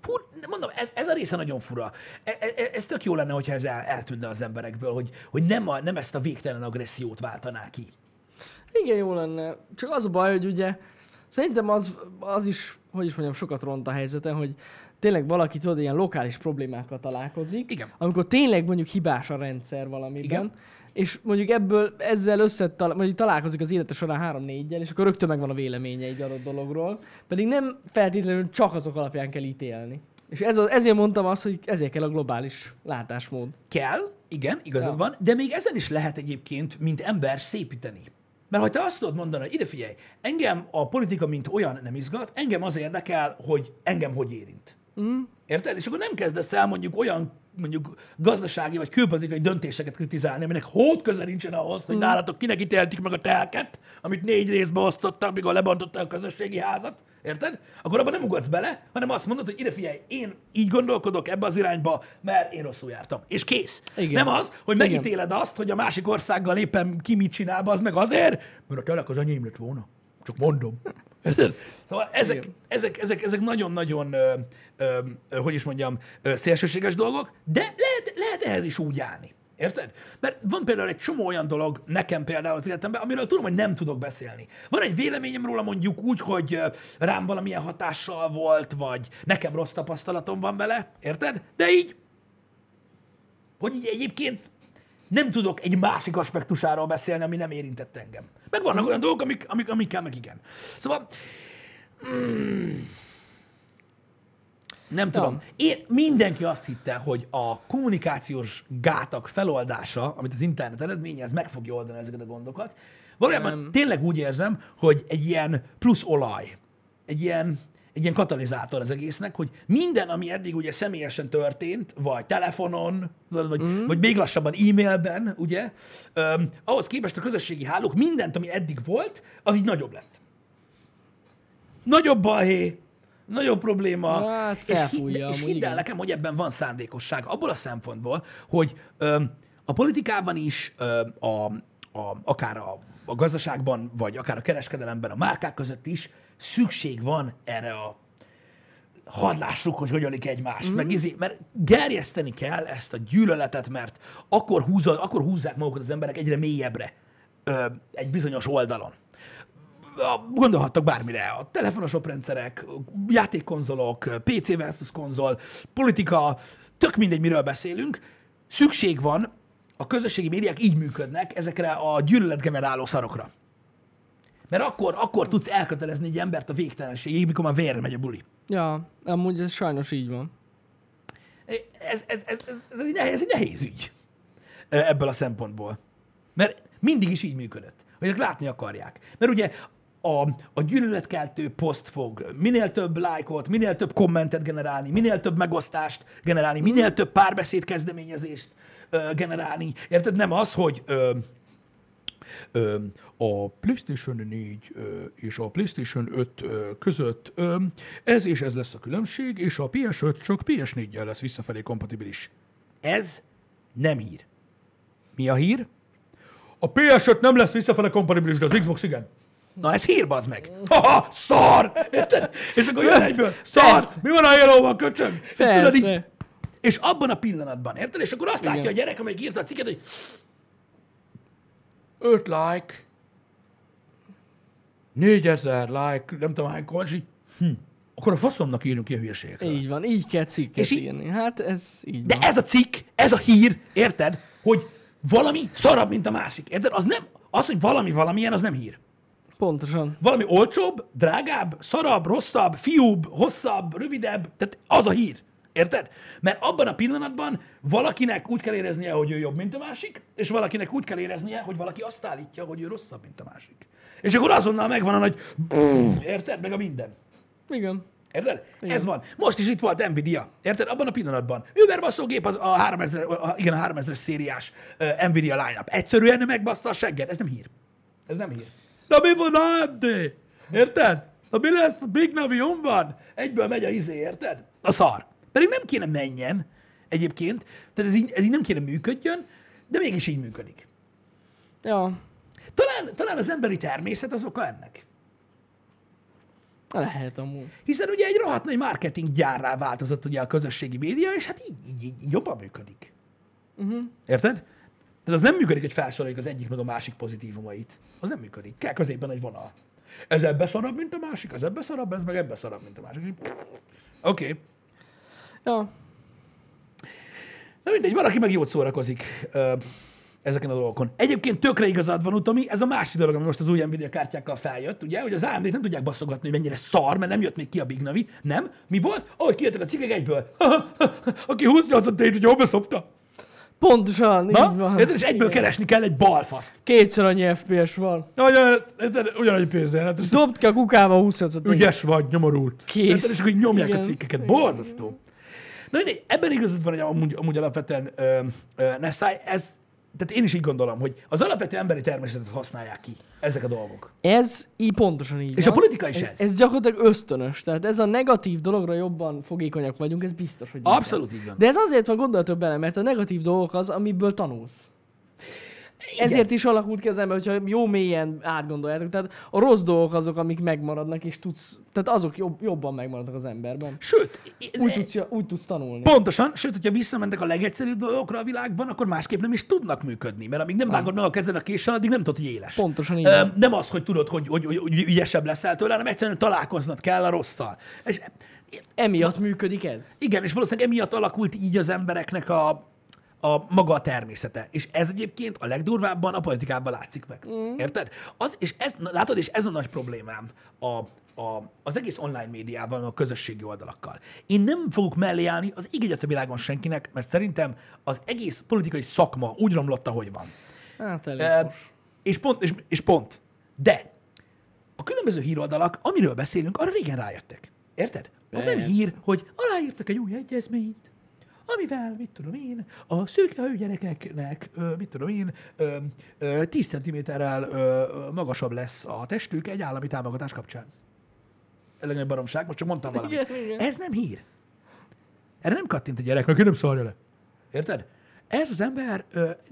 Hú, mondom, ez a része nagyon fura. Ez tök jó lenne, hogyha ez eltűnne az emberekből, hogy nem ezt a végtelen agressziót váltaná ki. Igen, jó lenne. Csak az a baj, hogy ugye szerintem az is, hogy is mondjam, sokat ront a helyzeten, hogy tényleg valaki tudod, ilyen lokális problémákkal találkozik, Igen. amikor tényleg mondjuk hibás a rendszer valamiben, Igen. és mondjuk ezzel mondjuk találkozik az élete során 3-4-jel, és akkor rögtön megvan a véleménye egy adott dologról, pedig nem feltétlenül csak azok alapján kell ítélni. És ezért mondtam azt, hogy ezért kell a globális látásmód. Kell, igen, igazad van, de még ezen is lehet egyébként, mint ember szépíteni. Mert ha te azt tudod mondani, hogy ide figyelj, engem a politika mint olyan nem izgat, engem az érdekel, hogy engem hogy érint. Érted? És akkor nem kezdesz el mondjuk gazdasági vagy külpolitikai döntéseket kritizálni, aminek hót köze nincsen ahhoz, hogy nálatok kinek ítéltik meg a telket, amit 4 részbe osztottak, mikor lebontottak a közösségi házat. Érted? Akkor abban nem ugatsz bele, hanem azt mondod, hogy ide figyelj, én így gondolkodok ebbe az irányba, mert én rosszul jártam. És kész. Igen. Nem az, hogy megítéled azt, hogy a másik országgal éppen ki mit csinál, az meg azért, mert a telek az enyém lett volna. Csak mondom. Szóval ezek nagyon-nagyon, hogy is mondjam, szélsőséges dolgok, de lehet ehhez is úgy állni. Érted? Mert van például egy csomó olyan dolog nekem például az életemben, amiről tudom, hogy nem tudok beszélni. Van egy véleményem róla mondjuk úgy, hogy rám valamilyen hatással volt, vagy nekem rossz tapasztalatom van vele, érted? De így, hogy így egyébként nem tudok egy másik aspektusáról beszélni, ami nem érintett engem. Meg vannak olyan dolgok, amikkel meg igen. Szóval... Nem tudom. Mindenki azt hitte, hogy a kommunikációs gátak feloldása, amit az internet eredményez, meg fogja oldani ezeket a gondokat. Valójában tényleg úgy érzem, hogy egy ilyen plusz olaj, egy ilyen katalizátor az egésznek, hogy minden, ami eddig ugye személyesen történt, vagy telefonon, vagy még lassabban e-mailben, ugye, ahhoz képest a közösségi hálók, mindent, ami eddig volt, az így nagyobb lett. Nagyobb balhé, nagyobb probléma, hát, és hidd el nekem, hogy ebben van szándékosság. Abból a szempontból, hogy a politikában is, akár a gazdaságban, vagy akár a kereskedelemben, a márkák között is szükség van erre a hadd lássuk, hogy ölik egymást, mert gerjeszteni kell ezt a gyűlöletet, mert akkor húzzák magukat az emberek egyre mélyebbre egy bizonyos oldalon. Gondolhattak bármire, a telefonos oprendszerek, játékkonzolok, PC versus konzol, politika, tök mindegy, miről beszélünk, szükség van, a közösségi médiák így működnek ezekre a gyűlöletgeneráló szarokra. Mert akkor tudsz elkötelezni egy embert a végtelenségig, mikor már vérre megy a buli. Ja, amúgy ez sajnos így van. Ez egy nehéz ügy ebből a szempontból. Mert mindig is így működött, hogy ők látni akarják. Mert ugye a gyűlöletkeltő poszt fog minél több lájkot, minél több kommentet generálni, minél több megosztást generálni, minél több párbeszéd kezdeményezést generálni. Érted? Nem az, hogy a PlayStation 4 és a PlayStation 5 között ez és ez lesz a különbség, és a PS5 csak PS4-jel lesz visszafelé kompatibilis. Ez nem hír. Mi a hír? A PS5 nem lesz visszafele kompatibilis, de az Xbox igen. Na ez hír, bazd meg. Haha, szar! Érted? És akkor jön egyből, szar! Mi van a Halo-val, köcsög? Persze. És abban a pillanatban, érted? És akkor azt látja a gyerek, amelyik írta a cikket, hogy 5 like, 4000 like, nem tudom hány komment, és így, akkor a faszomnak írjunk ilyen hülyeségekről. Így van, így kell cikket írni. Hát ez így de van. ez a cikk, ez a hír, érted? Hogy valami szarabb, mint a másik. Érted? Az, hogy valamilyen, az nem hír. Pontosan. Valami olcsóbb, drágább, szarabb, rosszabb, fiúbb, hosszabb, rövidebb, tehát az a hír. Érted? Mert abban a pillanatban valakinek úgy kell éreznie, hogy ő jobb, mint a másik, és valakinek úgy kell éreznie, hogy valaki azt állítja, hogy ő rosszabb, mint a másik. És akkor azonnal megvan a nagy érted? Meg a minden. Igen. Érted? Igen. Ez van. Most is itt volt Nvidia. Érted? Abban a pillanatban. Überbasszógép az a 3000-es szériás Nvidia line-up. Egyszerűen megbassza a segged. Ez nem hír. Ez nem hír. De mi van AMD? Érted? De mi lesz? Big Navion van? Egyből megy a érted? A szar. Pedig nem kéne menjen egyébként. Tehát ez így nem kéne működjön, de mégis így működik. Ja. Talán az emberi természet az oka ennek. Lehet amúgy. Hiszen ugye egy rohadt nagy marketing gyárrá változott ugye a közösségi média, és hát így jobban működik. Érted? Tehát az nem működik, hogy felsoroljuk az egyik meg a másik pozitívumait. Az nem működik. Kell középen egy vonal. Ez ebbe szarabb, mint a másik, ez ebbe szarabb, ez meg ebbe szarabb, mint a másik. Oké. Ja. Na mindegy, valaki meg jót szórakozik ezeken a dolgokon. Egyébként tökre igazad van, Utomi, ez a másik dolog, ami most az új Nvidia kártyákkal feljött, ugye, hogy az AMD-t nem tudják baszogatni, hogy mennyire szar, mert nem jött még ki a Big Navi. Nem? Mi volt? Ahogy kijöttek a cikkek egyből. Aki 28-at tét, hogy jól beszopta. Pontosan, így van. Érted? És egyből keresni kell egy balfaszt. Kétszer annyi FPS van. Ugyanannyi pénzzel. Hát Dobd ki a kukába 28-at. ügyes vagy, nyomorult. Kész. Érted? És akkor így nyomják Igen. a cikkeket. Borzasztó. Na mindegy, ebben igazad van, hogy amúgy alapvetően Nessai, tehát én is így gondolom, hogy az alapvető emberi természetet használják ki ezek a dolgok. Ez így pontosan így És van. a politika is ez. Ez gyakorlatilag ösztönös. Tehát ez a negatív dologra jobban fogékonyak vagyunk, ez biztos, hogy így van. Abszolút így van. De ez azért van, gondolatok bele, mert a negatív dolgok az, amiből tanulsz. Igen. Ezért is alakult ki az ember, hogyha jó mélyen átgondoljátok. Tehát a rossz dolgok azok, amik megmaradnak, és tudsz, tehát azok jobban megmaradnak az emberben. Sőt, Úgy tudsz tanulni. pontosan, sőt, hogyha visszamentek a legegyszerűbb dolgokra a világban, akkor másképp nem is tudnak működni, mert amíg nem vágod meg a kezed a késsel, addig nem tudod, hogy éles. Pontosan így van. Nem az, hogy tudod, hogy ügyesebb leszel tőle, hanem egyszerűen találkoznod kell a rosszal. És Emiatt működik ez. igen, és valószínűleg emiatt alakult így az embereknek a maga a természete. És ez egyébként a legdurvábban a politikában látszik meg. Érted? És látod, és ez a nagy problémám az egész online médiával, a közösségi oldalakkal. Én nem fogok mellé állni az ég egyet a világon senkinek, mert szerintem az egész politikai szakma úgy romlott, ahogy van. Hát elég fos. És pont. De a különböző híroldalak, amiről beszélünk, arra régen rájöttek. Érted? Az nem Persze. hír, hogy aláírtak egy új egyezményt, amivel, mit tudom én, a szőkehajú gyerekeknek, 10 cm-rel magasabb lesz a testük egy állami támogatás kapcsán. Ez egy baromság, most csak mondtam valamit. Igen. Ez nem hír. Erre nem kattint a gyerek, aki nem szarja le. Érted? Ez az ember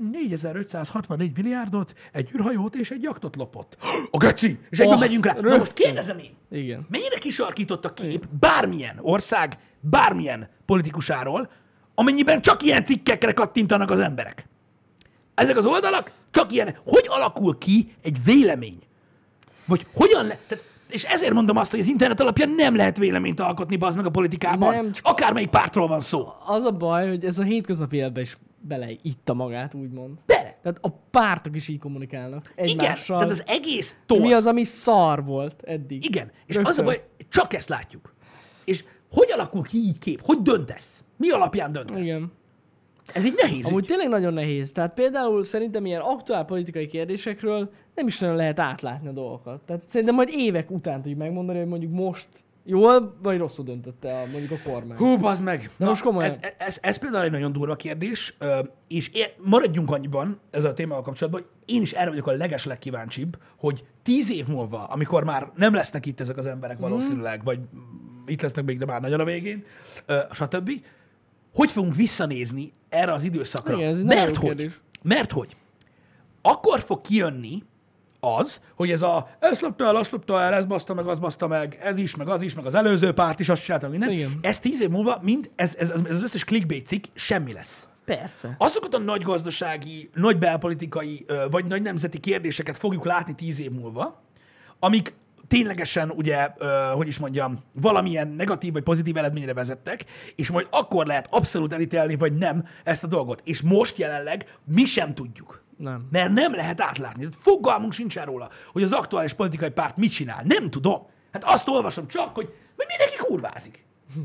4564 milliárdot, egy űrhajót és egy jaktot lopott. A geci! És egyből megyünk rá. Na most rögtön. kérdezem én, Igen. mennyire kisarkított a kép bármilyen ország, bármilyen politikusáról, amennyiben csak ilyen cikkekre kattintanak az emberek. Ezek az oldalak csak ilyen. Hogy alakul ki egy vélemény? Vagy hogyan és ezért mondom azt, hogy az internet alapján nem lehet véleményt alkotni, bazd meg a politikában. Nem, csak- Akármelyik pártról van szó. Az a baj, hogy ez a hétköznapi életben is beleitta magát, úgymond. Bele. Tehát a pártok is így kommunikálnak Igen, egymással. tehát az egész torz. Mi az, ami szar volt eddig? Igen, és Rögtön. az a baj, csak ezt látjuk. És hogy alakul ki így kép? Hogy döntesz? Mi alapján döntesz? Igen. Ez így nehéz. Amúgy Ügy. tényleg nagyon nehéz. Tehát például szerintem ilyen aktuál politikai kérdésekről nem is nagyon lehet átlátni a dolgokat. Tehát szerintem majd évek után tudjuk megmondani, hogy mondjuk most jól vagy rosszul döntötte mondjuk a kormány. Hú, bazd meg. De most komolyan. Ez például egy nagyon durva kérdés, és maradjunk annyiban ezzel a témával kapcsolatban, hogy én is erre vagyok a legkíváncsibb, hogy 10 év múlva, amikor már nem lesznek itt ezek az emberek valószínűleg, vagy itt lesznek még, de már nagyon a végén, stb., hogy fogunk visszanézni erre az időszakra. Igen, ez egy nagyon jó hogy, kérdés. mert hogy akkor fog kijönni az, hogy ezt lopta el, ez baszta meg, az baszta meg, ez is, meg az előző párt is, azt csinálta minden. Igen. Ez 10 év múlva ez az összes clickbait cikk semmi lesz. Persze. Azokat a nagy gazdasági, nagy belpolitikai, vagy nagy nemzeti kérdéseket fogjuk látni 10 év múlva, amik ténylegesen, ugye, hogy is mondjam, valamilyen negatív vagy pozitív eredményre vezettek, és majd akkor lehet abszolút elítélni, vagy nem ezt a dolgot. És most jelenleg mi sem tudjuk. Nem. Mert nem lehet átlátni. Tehát fogalmunk sincsen róla, hogy az aktuális politikai párt mit csinál. Nem tudom. Hát azt olvasom csak, hogy mindenki kurvázik.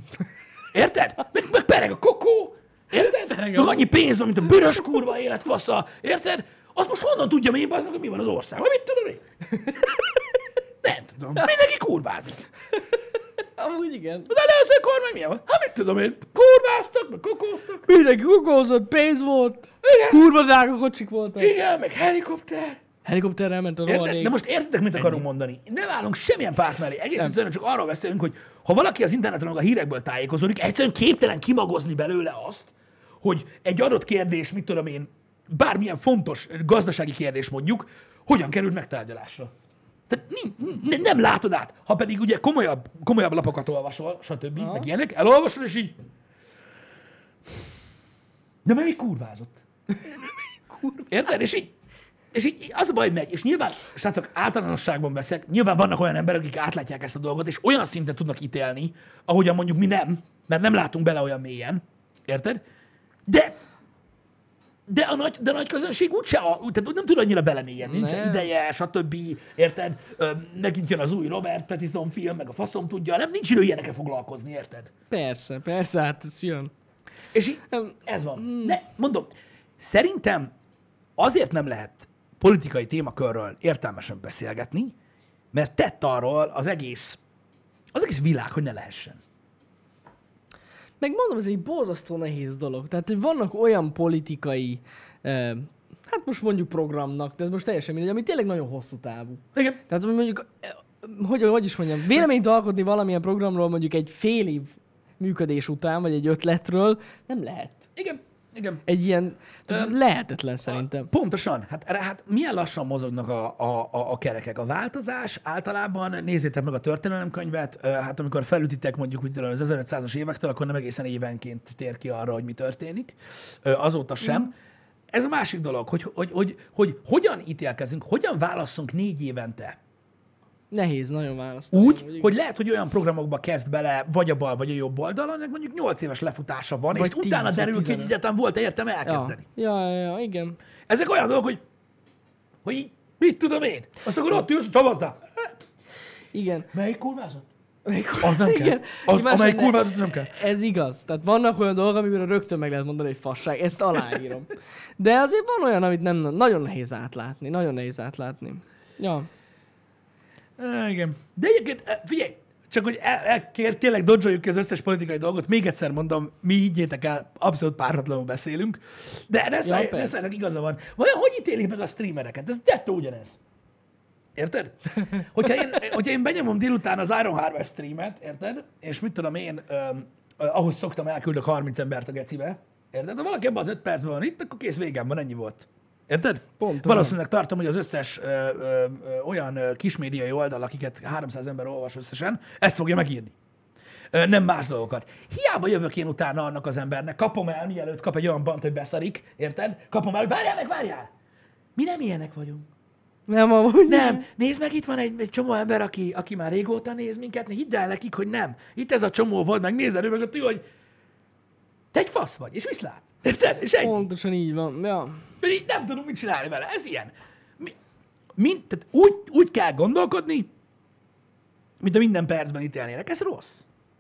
Érted? Meg pereg a kokó. Érted? Meg annyi pénz van, mint a büdös kurva életfasza. Érted? Azt most honnan tudjam én, bazd meg, hogy mi van az országban? Mit tudom én? Nem tudom. Mindenki kurvázik. Amúgy igen. Az előző kormány milyen van? Hát mit tudom én? Kurváztak, meg kokóztak. Mindenki kukózott, pénz volt, Igen. kurva drága kocsik voltak. Igen, meg helikopter. Helikopterrel ment a Érted? rohadék. De most értitek, mit akarunk mondani? Nem állunk semmilyen párt mellé. Egész egyszerűen csak arról beszélünk, hogy ha valaki az interneten meg a hírekből tájékozódik, egyszerűen képtelen kimagozni belőle azt, hogy egy adott kérdés, mit tudom én, bármilyen fontos gazdasági kérdés mondjuk, hogyan került megtárgyalásra. Tehát nem látod át. Ha pedig ugye komolyabb lapokat olvasol, stb., Aha. meg ilyenek, elolvasod, és így... De meg még kurvázott. Érted? És így az a baj, hogy megy. És nyilván, srácok, általánosságban veszek, nyilván vannak olyan emberek, akik átlátják ezt a dolgot, és olyan szinten tudnak ítélni, ahogyan mondjuk mi nem, mert nem látunk bele olyan mélyen. Érted? De a nagy közönség tehát nem tud annyira belemélyedni, nincs Nem. ideje, stb. Érted? Megint jön az új Robert Pattinson film, meg a faszom tudja, nem nincs idő ilyenekkel foglalkozni, érted? Persze, hát ez jön. És így, ez van. De mondom, szerintem azért nem lehet politikai témakörről értelmesen beszélgetni, mert tett arról az egész világ, hogy ne lehessen. Meg mondom, ez egy borzasztó nehéz dolog. Tehát, hogy vannak olyan politikai, hát most mondjuk programnak, de ez most teljesen mindegy, ami tényleg nagyon hosszú távú. Igen. Tehát, hogy mondjuk, hogy is mondjam, véleményt alkotni valamilyen programról mondjuk egy fél év működés után, vagy egy ötletről, nem lehet. Igen. Egy ilyen, ez lehetetlen szerintem. Pontosan. Hát milyen lassan mozognak a kerekek. A változás általában, nézzétek meg a történelemkönyvet, hát amikor felütitek mondjuk mit tudom, az 1500-as évektől, akkor nem egészen évenként tér ki arra, hogy mi történik. Azóta sem. Ez a másik dolog, hogy hogyan ítélkezünk, hogyan válasszunk 4 évente. Nehéz nagyon választani. Úgy, amúgy. hogy lehet, hogy olyan programokba kezd bele, vagy a bal, vagy a jobb oldalon, ennek mondjuk 8 éves lefutása van, Vagy és utána 10 vagy derül ki, hogy 15. egyáltalán volt értelme elkezdeni. Ja, igen. Ezek olyan dolgok, hogy így, mit tudom én? Azt akkor ott ülsz, szavazzál. Igen. Melyik kurvázott? Amikor, Az nem kell. Amelyik kurvázott, nem kell. Ez igaz. Tehát vannak olyan dolgok, amiben rögtön meg lehet mondani, hogy fasság. Ezt aláírom. De azért van olyan, amit nem nagyon nehéz átlátni. Nagyon nehéz átlátni. Ja. Igen. De egyébként, figyelj, csak hogy tényleg dodzsoljuk ki az összes politikai dolgot, még egyszer mondom, mi higgyétek el, abszolút párhatlanul beszélünk, de Nesszájnak igaza van. Vajon hogy ítélik meg a streamereket? Ez dettó ugyanez. Érted? Hogyha én benyomom délután az Iron Harvest streamet, érted? És mit tudom én, ahogy szoktam, elküldök 30 embert a gecibe, érted? Ha valaki ebben az 5 percben van itt, akkor kész, végem van, ennyi volt. Érted? Pontosan. Valószínűleg tartom, hogy az összes olyan kismédiai oldal, akiket 300 ember olvas összesen, ezt fogja megírni. Nem más dolgokat. Hiába jövök én utána annak az embernek, kapom el, mielőtt kap egy olyan bant, hogy beszarik, érted? Kapom el, várjál! Mi nem ilyenek vagyunk. Nem, amúgy Nem, nézd meg, itt van egy csomó ember, aki már régóta néz minket, hidd el nekik, hogy nem. Itt ez a csomó volt, meg nézed ő meg ott, hogy te egy fasz vagy, és viszlát. Érted? És ennyi. Pontosan így van. Ja. Így nem tudunk mit csinálni vele, ez ilyen. Tehát úgy kell gondolkodni, mint a minden percben ítélnének. Ez rossz.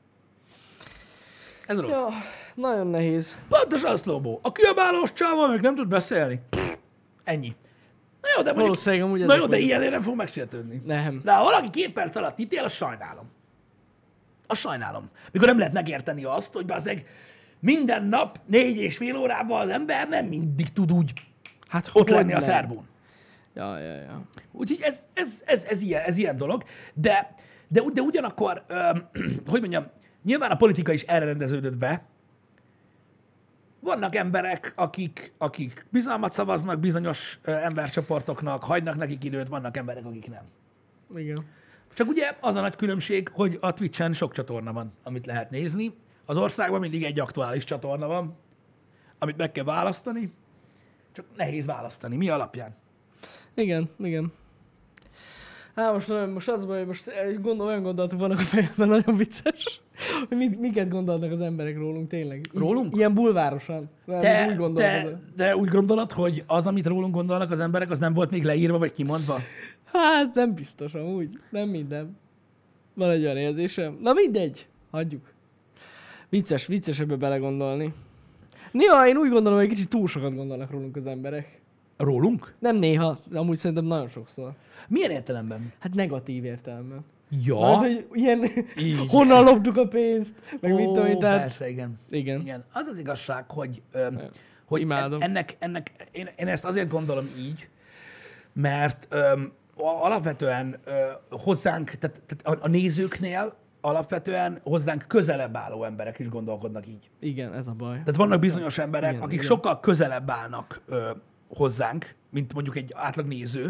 Ez rossz. Ja, nagyon nehéz. Pontosan, Szlóbó. A kiabálós csávó meg nem tud beszélni. Ennyi. Na jó, de mondjuk... Valószínűleg amúgy Na ezek jó, de vagyunk. ilyenért nem fog megsértődni. Nem. De ha valaki 2 perc alatt ítél, azt sajnálom. Azt sajnálom. Mikor nem lehet megérteni azt, hogy bazzeg minden nap 4,5 órával az ember nem mindig tud úgy Hát ott lenni a nem? szervón. Ja. Úgyhogy ez ilyen dolog. De ugyanakkor, hogy mondjam, nyilván a politika is erre rendeződött be. Vannak emberek, akik bizalmat szavaznak bizonyos embercsoportoknak, hagynak nekik időt, vannak emberek, akik nem. Igen. Csak ugye az a nagy különbség, hogy a Twitch-en sok csatorna van, amit lehet nézni. Az országban mindig egy aktuális csatorna van, amit meg kell választani, csak nehéz választani. Mi alapján? Igen. Hát most az baj, hogy most olyan gondolatok vannak a fejemben, nagyon vicces, hogy miket gondolnak az emberek rólunk tényleg. Rólunk? Ilyen bulvárosan. De úgy gondolod, hogy az, amit rólunk gondolnak az emberek, az nem volt még leírva vagy kimondva? Hát nem biztos amúgy. Nem minden. Van egy olyan érzésem. Na mindegy. Hagyjuk. Vicces ebbe belegondolni. Néha én úgy gondolom, hogy egy kicsit túl sokat gondolnak rólunk az emberek. Rólunk? Nem néha, amúgy szerintem nagyon sokszor. Milyen értelemben? Hát negatív értelemben. Ja. Hát, hogy ilyen, Igen. honnan loptuk a pénzt, meg mit tudom én, tehát... Persze, igen. Igen. Az az igazság, hogy Imádom. Én ezt azért gondolom így, mert alapvetően hozzánk, tehát a nézőknél alapvetően hozzánk közelebb álló emberek is gondolkodnak így. Igen, ez a baj. Tehát vannak bizonyos emberek, Igen, akik igen. sokkal közelebb állnak hozzánk, mint mondjuk egy átlag néző,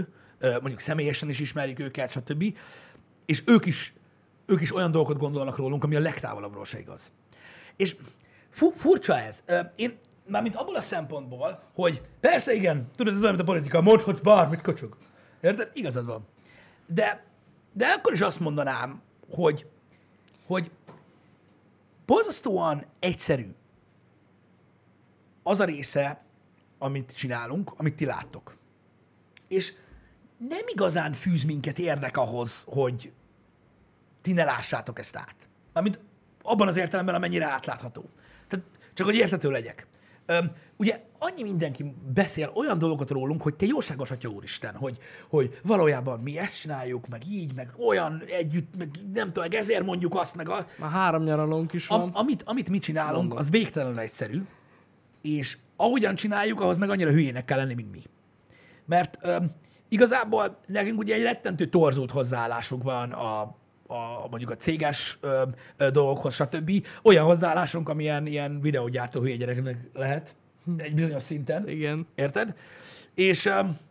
mondjuk személyesen is ismerjük őket, stb. És ők is olyan dolgokat gondolnak rólunk, ami a legtávolabbról se igaz. És furcsa ez. Én mármint abból a szempontból, hogy persze igen, tudod, ez olyan, mint a politika, mondhatsz bármit, köcsög. Érted? Igazad van. De akkor is azt mondanám, hogy borzasztóan egyszerű az a része, amit csinálunk, amit ti láttok. És nem igazán fűz minket érdek ahhoz, hogy ti ne lássátok ezt át. Mármint abban az értelemben, amennyire átlátható. Tehát csak hogy érthető legyek. Ugye annyi mindenki beszél olyan dolgokat rólunk, hogy te jóságos Atya Úristen, hogy valójában mi ezt csináljuk, meg így, meg olyan együtt, meg nem tudom, meg ezért mondjuk azt, meg azt. Már 3 nyaralónk is van. Amit mi csinálunk, az végtelenül egyszerű, és ahogyan csináljuk, ahhoz meg annyira hülyének kell lenni, mint mi. Mert igazából nekünk ugye egy rettentő torzult hozzáállásunk van mondjuk a céges dolgokhoz, stb. Olyan hozzáállásunk, amilyen ilyen videógyártó hülye gyereknek lehet egy bizonyos szinten. Igen. Érted? És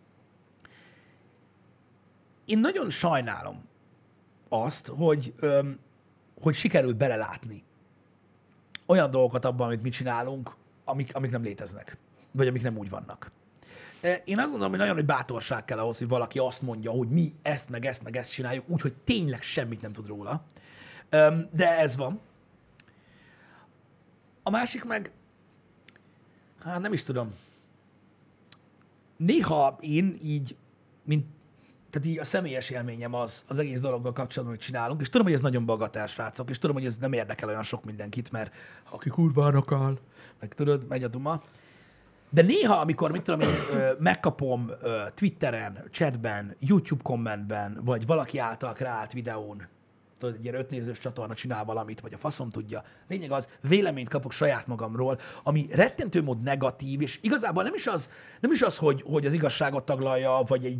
én nagyon sajnálom azt, hogy sikerült belelátni olyan dolgokat abban, amit mi csinálunk, amik nem léteznek, vagy amik nem úgy vannak. Én azt gondolom, hogy nagyon nagy bátorság kell ahhoz, hogy valaki azt mondja, hogy mi ezt, meg ezt, meg ezt csináljuk, úgyhogy tényleg semmit nem tud róla. De ez van. A másik meg, hát nem is tudom. Néha én így, tehát így a személyes élményem az egész dologgal kapcsolatban, hogy csinálunk, és tudom, hogy ez nagyon bagatell, srácok, és tudom, hogy ez nem érdekel olyan sok mindenkit, mert aki kurvára áll, meg tudod, megy a duma. De néha, amikor, mit tudom én, megkapom Twitteren, chatben, YouTube kommentben, vagy valaki által kreált videón, tudod, egy ilyen 5 nézős csatorna csinál valamit, vagy a faszom tudja. Lényeg az, véleményt kapok saját magamról, ami rettentő mód negatív, és igazából nem is az, hogy az igazságot taglalja,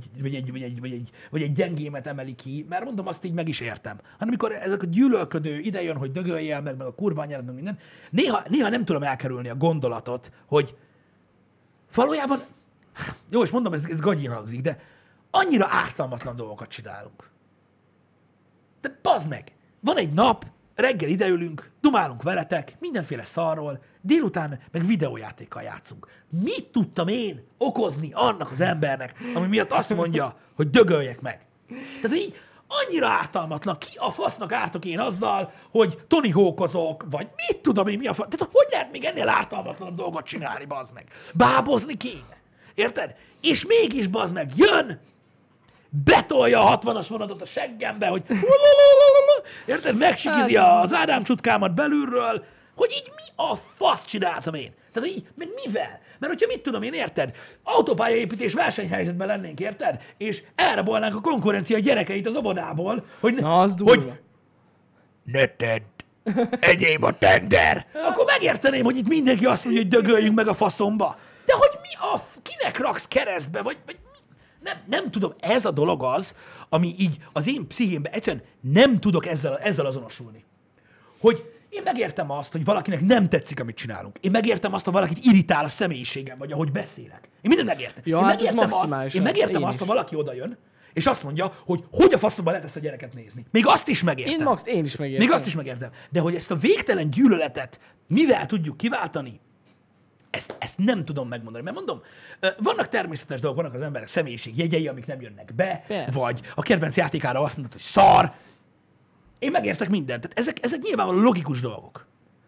vagy egy gyengémet emeli ki, mert mondom, azt így meg is értem. Hanem amikor ezek a gyűlölködő idejön, hogy dögöljél meg a kurva anyád, meg minden, néha nem tudom elkerülni a gondolatot, hogy valójában, jó, és mondom, ez gagyin hangzik, de annyira ártalmatlan dolgokat csinálunk. Tehát bazd meg, van egy nap, reggel ideülünk, dumálunk veletek, mindenféle szarról, délután meg videójátékkal játszunk. Mit tudtam én okozni annak az embernek, ami miatt azt mondja, hogy dögöljek meg? Tehát így annyira ártalmatlan, ki a fasznak ártok én azzal, hogy Tony Hawkozok, vagy mit tudom én, mi a fasz. Tehát hogy lehet még ennél ártalmatlan dolgot csinálni, bazd meg? Bábozni kéne. Érted? És mégis, bazd meg, jön, betolja a 60-as vonatot a seggembe, hogy érted? Megsikizi az Ádám csutkámat belülről, hogy így mi a fasz csináltam én? Tehát így, meg mivel? Mert hogyha mit tudom én, érted? Autópályaépítés versenyhelyzetben lennénk, érted? És elrabolnánk a konkurencia gyerekeit az óvodából, hogy, hogy ne tedd, enyém a tender. Akkor megérteném, hogy itt mindenki azt mondja, hogy dögöljünk meg a faszomba. De hogy kinek raksz keresztbe, vagy nem tudom, ez a dolog az, ami így az én pszichémben egyszerűen nem tudok ezzel azonosulni. Hogy én megértem azt, hogy valakinek nem tetszik, amit csinálunk. Én megértem azt, hogy valakit irritál a személyiségem, vagy ahogy beszélek. Én mindent megértem. Ja, én megértem azt, ha valaki odajön, és azt mondja, hogy a faszomban lehet ezt a gyereket nézni. Még azt is megértem. Én is megértem. Még azt is megértem. De hogy ezt a végtelen gyűlöletet mivel tudjuk kiváltani, ezt nem tudom megmondani, mert mondom, vannak természetes dolgok, vannak az emberek személyiségjegyei, amik nem jönnek be, persze. Vagy a kedvenc játékára azt mondod, hogy szar. Én megértek mindent. Tehát ezek nyilvánvalóan logikus dolgok.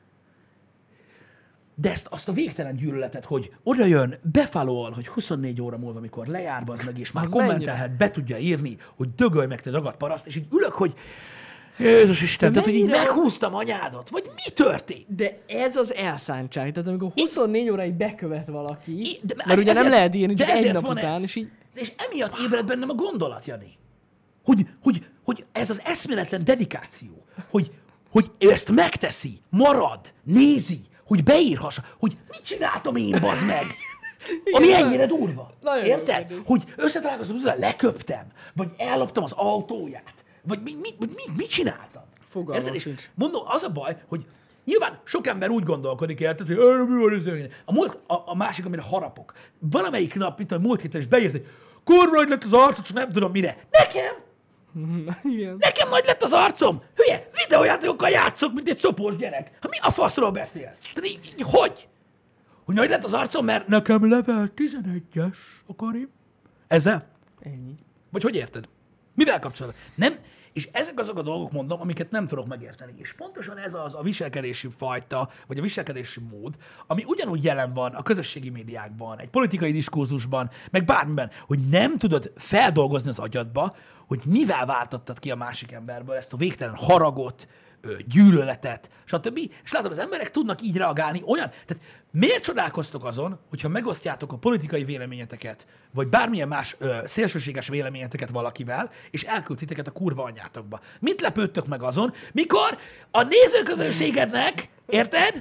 De azt a végtelen gyűlöletet, hogy oda jön, befalol, hogy 24 óra múlva, amikor lejár az meg, és már az kommentelhet, be tudja írni, hogy dögölj meg te dagadt paraszt, és így ülök, hogy Jézus Isten, tehát hogy így meghúztam anyádat, vagy mi történt? De ez az elszántság, tehát amikor 24 óráig bekövet valaki, mert ez, ugye nem lehet írni, csak egy nap után, és így... És emiatt ébred bennem a gondolat, Jani. Hogy ez az eszméletlen dedikáció, hogy ő ezt megteszi, marad, nézi, hogy beírhassa, hogy mit csináltam én, bazd meg, ami ennyire durva. Érted? Hogy összetalálkozom, leköptem, vagy elloptam az autóját, vagy mit csináltam? Fogalmam sincs. Mondom, az a baj, hogy nyilván sok ember úgy gondolkodik, érted, hogy a másik, amire harapok. Valamelyik nap, mint a múlt héten is beírt, hogy kurva nagy lett az arcod, csak nem tudom mire. Nekem? Igen. Nekem nagy lett az arcom? Hülye, videójátékokkal játszok, mint egy szopós gyerek. Hát mi a faszról beszélsz? Tehát így hogy? Hogy nagy lett az arcom, mert nekem level 11-es a Karim? Ezzel? Ennyi. Vagy hogy érted? Mivel kapcsolatban? Nem, és ezek azok a dolgok, mondom, amiket nem tudok megérteni. És pontosan ez az a viselkedési fajta, vagy a viselkedési mód, ami ugyanúgy jelen van a közösségi médiákban, egy politikai diskurzusban, meg bármiben, hogy nem tudod feldolgozni az agyadba, hogy mivel váltottad ki a másik emberből ezt a végtelen haragot, gyűlöletet, stb. És látod, az emberek tudnak így reagálni olyan. Tehát miért csodálkoztok azon, hogyha megosztjátok a politikai véleményeteket, vagy bármilyen más szélsőséges véleményeteket valakivel, és elküld titeket a kurva anyátokba? Mit lepődtök meg azon, mikor a nézőközönségednek, érted?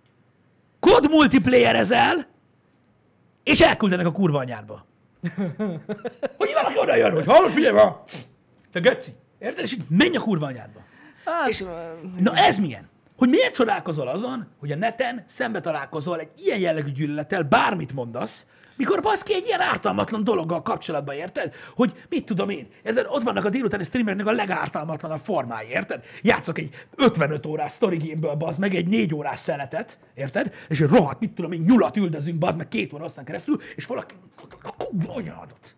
Kod multiplayerezel, és elküldenek a kurva anyádba. Hogy valaki oda jön, hogy hallod, figyelj ma! Te geci, érted? És így menj a kurva anyádba. Hát, És, na ez milyen? Hogy miért csodálkozol azon, hogy a neten szembe találkozol egy ilyen jellegű gyűlölettel, bármit mondasz, mikor baszki egy ilyen ártalmatlan dologgal kapcsolatban, érted? Hogy mit tudom én, érted? Ott vannak a délutáni streamernek a legártalmatlanabb formái, érted? Játszok egy 55 órás story game-ből, bazd meg, egy 4 órás szeletet, érted? És egy rohadt, mit tudom én, nyulat üldözünk, bazd meg 2 óra aztán keresztül, és valaki anyádat.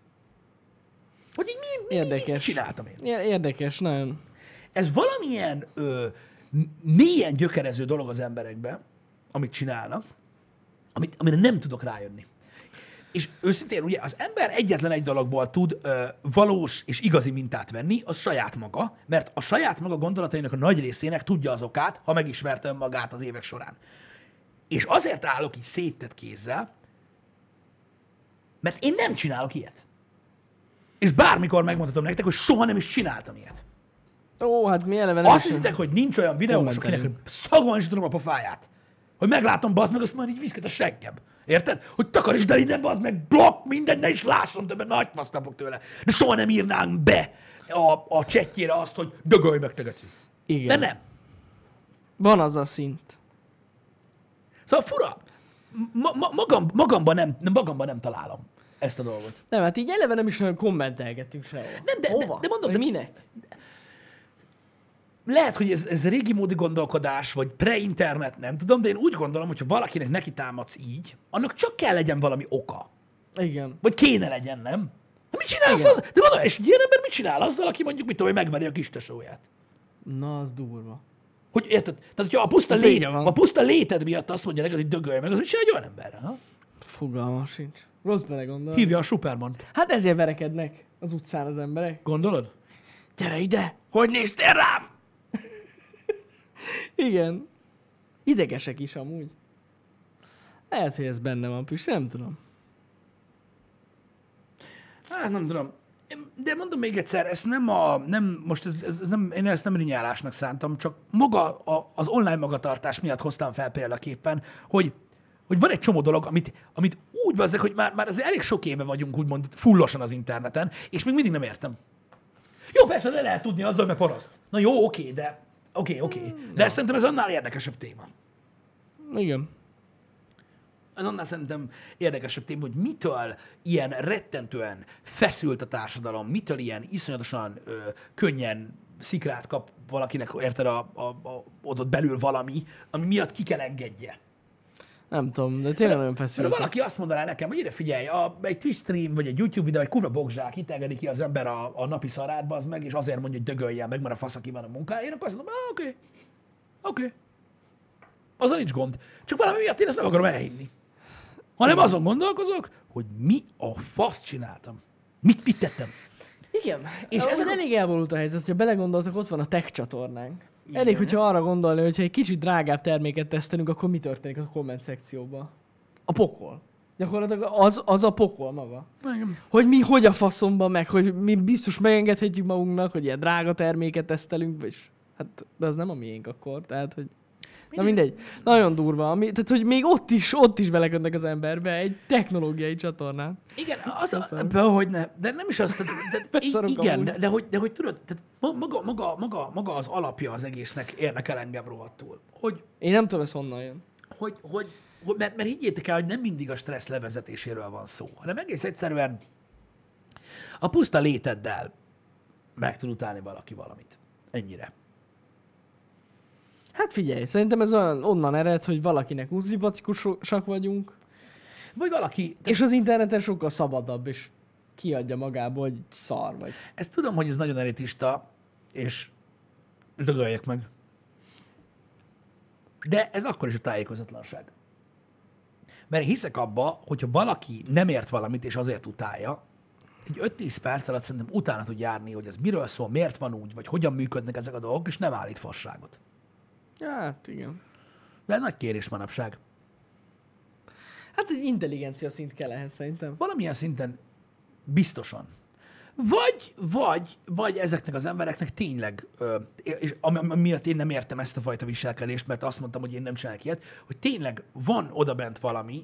Hogy így mit csináltam én? Érdekes, nagyon. Ez valamilyen mélyen gyökerező dolog az emberekben, amit csinálnak, amire nem tudok rájönni. És őszintén ugye az ember egyetlen egy dologból tud valós és igazi mintát venni, az saját maga, mert a saját maga gondolatainak a nagy részének tudja az okát, ha megismerte magát az évek során. És azért állok így széttett kézzel, mert én nem csinálok ilyet. És bármikor megmondhatom nektek, hogy soha nem is csináltam ilyet. Ó, hát mi eleve nem Azt is- hiszitek, hogy nincs olyan videós, akinek szagolni is tudom a pofáját. Hogy meglátom, bazd meg, azt már így viszket a seggem. Érted? Hogy takarítsd el innen, bazd meg, blokk, minden, ne is lássam többet, nagy fasz kapok tőle. De soha nem írnánk be a chatjére azt, hogy dögölj meg, te geci. Igen. De nem. Van az a szint. Szóval fura. Magamban nem találom ezt a dolgot. Nem, hát így eleve nem is olyan kommentelgetünk sehol. Nem, de mondom, Vagy de- minek? Lehet, hogy ez régi módi gondolkodás, vagy pre-internet, nem tudom, de én úgy gondolom, hogy ha valakinek neki támadsz így, annak csak kell legyen valami oka. Igen. Vagy kéne legyen, nem? Hát mit csinálsz Igen. az? De mondom, és egy ilyen ember mit csinál azzal, aki mondjuk, mit tudom, hogy megveri a kis tesóját? Na, az durva. Hogy érted? Tehát, hogyha Vége van. a puszta léted miatt azt mondja neked, hogy dögölj meg, az mit csinál egy olyan emberre? Ha? Fogalmam sincs. Rossz belegondol. Hívja a Superman. Hát ezért verekednek az utcán az emberek. Gondolod? Gyere ide! Hogy néztél rám? Igen. Idegesek is amúgy. Lehet, hogy ez benne van, Püsi, nem tudom. Hát nem tudom. De mondom még egyszer, ezt én ezt nem rinyálásnak szántam, csak maga az online magatartás miatt hoztam fel példaképpen, hogy van egy csomó dolog, amit úgy bazzek, hogy már az elég sok éve vagyunk úgymond fullosan az interneten, és még mindig nem értem. Jó, persze le lehet tudni azzal, mert paraszt. Na jó, oké, de oké. De szerintem ez annál érdekesebb téma. Igen. Ez annál szerintem érdekesebb téma, hogy mitől ilyen rettentően feszült a társadalom, mitől ilyen iszonyatosan könnyen szikrát kap valakinek, érted, ott belül valami, ami miatt ki kell engedje. Nem tudom, de tényleg nagyon Mert feszült. valaki azt mondaná nekem, hogy ide figyelj, egy Twitch stream vagy egy YouTube videó, egy kurva bogzsák, itt engedi ki az ember a napi szarát, az meg, és azért mondja, hogy dögöljen meg, mert a fasz, aki van a munkáért, akkor azt mondom, oké. Azzal nincs gond. Csak valami miatt én ezt nem akarom elhinni. Hanem azon gondolkozok, hogy mi a fasz csináltam. Mit tettem? Igen. És És ez ezek a- elég elborult a helyzet, hogyha belegondoltak, ott van a tech csatornánk. Elég, hogyha arra gondolni, hogyha egy kicsit drágább terméket tesztelünk, akkor mi történik a komment szekcióban? A pokol. Gyakorlatilag az a pokol maga. Hogy mi hogy a faszomban meg, hogy mi biztos megengedhetjük magunknak, hogy ilyen drága terméket tesztelünk, és hát de az nem a miénk akkor, tehát hogy... Na mindegy. Nagyon durva. Tehát, hogy még ott is beleködnek az emberbe egy technológiai csatornán. Igen, Köszönöm. hogy ne, de nem is az, tehát Beszarok igen, amúgy. de hogy tudod, tehát maga az alapja az egésznek érdekel engem rohadtul. Én nem tudom, ez honnan jön. Mert higgyétek el, hogy nem mindig a stressz levezetéséről van szó, hanem egész egyszerűen A puszta léteddel meg tud utálni valaki valamit. Ennyire. Hát figyelj, szerintem ez olyan onnan ered, hogy valakinek unszimpatikusak vagyunk, Vagy valaki... és az interneten sokkal szabadabb, és kiadja magából, hogy szar vagy. Ezt tudom, hogy ez nagyon elitista, és dögöljek meg. De ez akkor is a tájékozatlanság. Mert hiszek abba, hogyha valaki nem ért valamit, és azért utálja, egy 5-10 perc alatt szerintem utána tud járni, hogy ez miről szól, miért van úgy, vagy hogyan működnek ezek a dolgok, és nem állít fasságot. Hát igen. De nagy kérés manapság. Hát egy intelligencia szint kell ehhez szerintem. Valamilyen szinten biztosan. Vagy ezeknek az embereknek tényleg, és miatt én nem értem ezt a fajta viselkedést, mert azt mondtam, hogy én nem csinálok ilyet, hogy tényleg van odabent valami,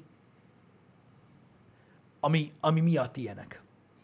ami miatt ilyenek.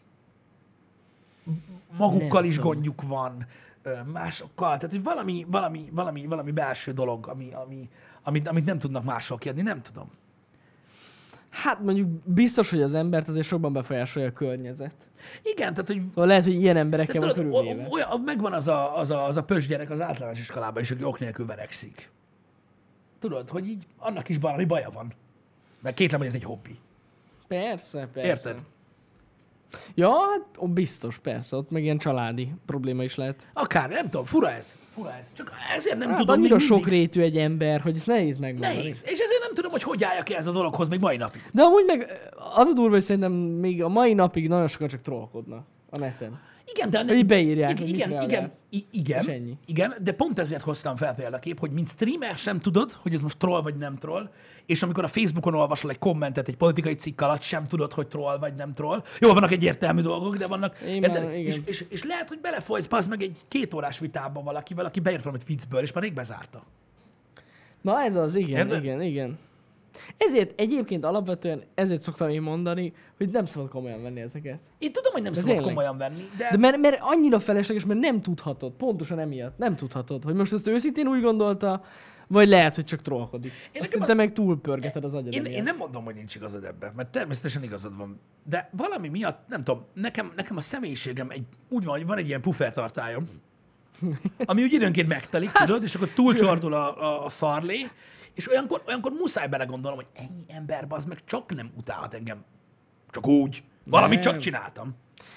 Magukkal is gondjuk van, másokkal, tehát hogy valami belső dolog, amit nem tudnak máshol kiadni, nem tudom. Hát mondjuk biztos, hogy az embert azért sokban befolyásolja a környezet. Igen, tehát hogy Szóval lehet, hogy ilyen emberekkel van tudod, körülvéve. megvan az a pös gyerek az általános iskolában is, aki ok nélkül verekszik. Tudod, hogy így annak is valami baja van. Mert kétlem, hogy ez egy hobbi. Persze. Érted? Ja, hát ó, biztos, persze. Ott meg ilyen családi probléma is lehet. Akár, nem tudom, fura ez. Csak ezért nem Hát tudom annyira még mindig. sokrétű egy ember, hogy ezt nehéz megmondani. Nehéz. És ezért nem tudom, hogy álljak ki ez a dologhoz még mai napig. De amúgy meg az a durva, hogy szerintem még a mai napig nagyon sokan csak trollkodnak a neten. Igen, de Hogy beírják, hogy mit igen, reagálsz. És ennyi. igen, de pont ezért hoztam fel példakép, hogy mint streamer sem tudod, hogy ez most troll vagy nem troll, és amikor a Facebookon olvasol egy kommentet egy politikai cikk alatt, sem tudod, hogy troll vagy nem troll. Jó, vannak egyértelmű dolgok, de vannak... Igen. És lehet, hogy belefolysz pazd meg egy 2 órás vitába valakivel, aki beírt valamit viccből, és már rég bezárta. Na ez az, igen, Érted? igen. Ezért egyébként alapvetően ezért szoktam én mondani, hogy nem szabad komolyan venni ezeket. Én tudom, hogy nem szabad tényleg. komolyan venni, De mert annyira felesleges, mert nem tudhatod, pontosan emiatt, nem tudhatod, hogy most ezt őszintén úgy gondolta, vagy lehet, hogy csak trollkodik. Te meg túlpörgeted az agyad. Én nem mondom, hogy nincs igazad ebben, mert természetesen igazad van. De valami miatt, nem tudom, nekem a személyiségem úgy van, hogy van egy ilyen puffertartályom, ami úgy időnként megtelik, tudod, és akkor túlcsordul a szarlé, és olyankor muszáj belegondolnom, hogy ennyi ember, az meg csak nem utálhat engem. Csak úgy. Valamit Nem. csak csináltam.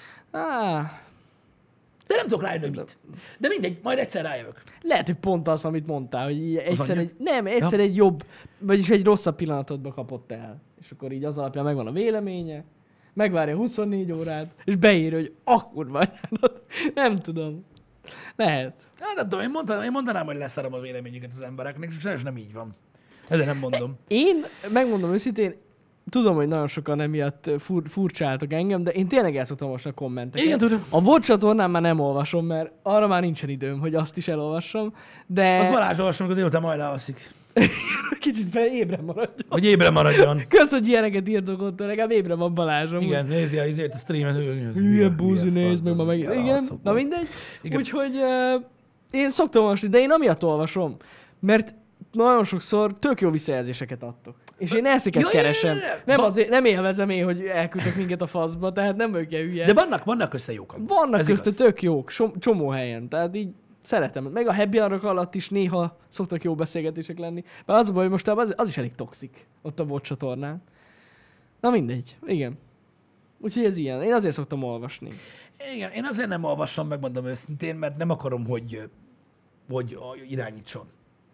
De nem tudok rájönni, hogy mit. De mindegy, majd egyszer rájövök. Lehet, hogy pont az, amit mondtál, hogy így egyszer anyag? egy jobb, vagyis egy rosszabb pillanatodba kapott el. És akkor így az alapján megvan a véleménye, megvárja 24 órát, és beír, hogy kurva, nem tudom. Lehet. Hát nem tudom, én mondanám, hogy leszarom a véleményüket az embereknek, és sajnos nem így van. Ezért nem mondom. Én megmondom őszintén, tudom, hogy nagyon sokan emiatt furcsáltak engem, de én tényleg el szoktam olvasni a kommenteket. Igen, tudom. A VOD csatornán már nem olvasom, mert arra már nincsen időm, hogy azt is elolvassam, de... Az Balázs olvasom, amikor délután majd alszik. Kicsit fel ébren maradjon. Hogy ébren maradjon. Kösz, hogy ilyeneket írtok ott, legalább ébren van Balázsom. Igen, nézi a streamet. Hülye búzi, nézd meg ma meg. Igen, na mindegy. Úgyhogy én szoktam olvasni, de én amiatt olvasom, mert nagyon sokszor tök jó visszajelzéseket adtok. És én esziket keresem. Nem élvezem én, hogy elküldtek minket a faszba, tehát nem vagyok ilyen hülye. De vannak össze jók. Vannak közte tök jók, csomó helyen. Tehát így szeretem. Meg a happy hour alatt is néha szoktak jó beszélgetések lenni. Mert az a baj, hogy most az is elég toxik ott a VOD csatornán. Na mindegy, igen. Úgyhogy ez ilyen. Én azért szoktam olvasni. Igen, én azért nem olvasom, megmondom őszintén, mert nem akarom, hogy irányítson.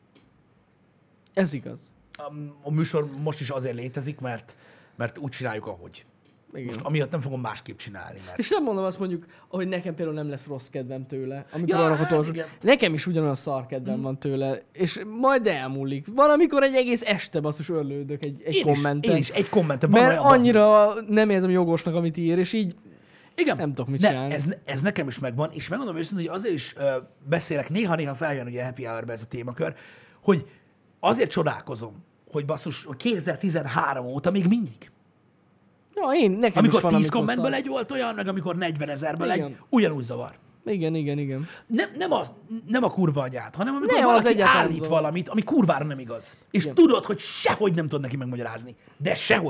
Ez igaz. A műsor most is azért létezik, mert úgy csináljuk, ahogy. Igen. Most amiatt nem fogom másképp csinálni. Mert... És nem mondom azt mondjuk, hogy nekem például nem lesz rossz kedvem tőle. Amikor arra nekem is ugyanolyan szar kedvem van tőle, és majd elmúlik. Valamikor egy egész este basszus örlődök egy kommenten. Én is egy kommenten. Mert annyira nem érzem jogosnak, amit ír, és így igen. Nem tudok mit csinálni. Ez nekem is megvan, és megmondom őszintén, hogy azért is beszélek, néha-néha feljön ugye a Happy Hour-be ez a témakör, hogy azért csodálkozom, hogy basszus 2013 óta még mindig. Ja, nekem amikor is van, 10 kommentből egy volt olyan, meg amikor 40 000-ből egy, ugyanúgy zavar. Igen. Nem a kurva anyát, hanem amikor valaki állít valamit, ami kurvára nem igaz. És tudod, hogy sehogy nem tudod neki megmagyarázni. De sehogy.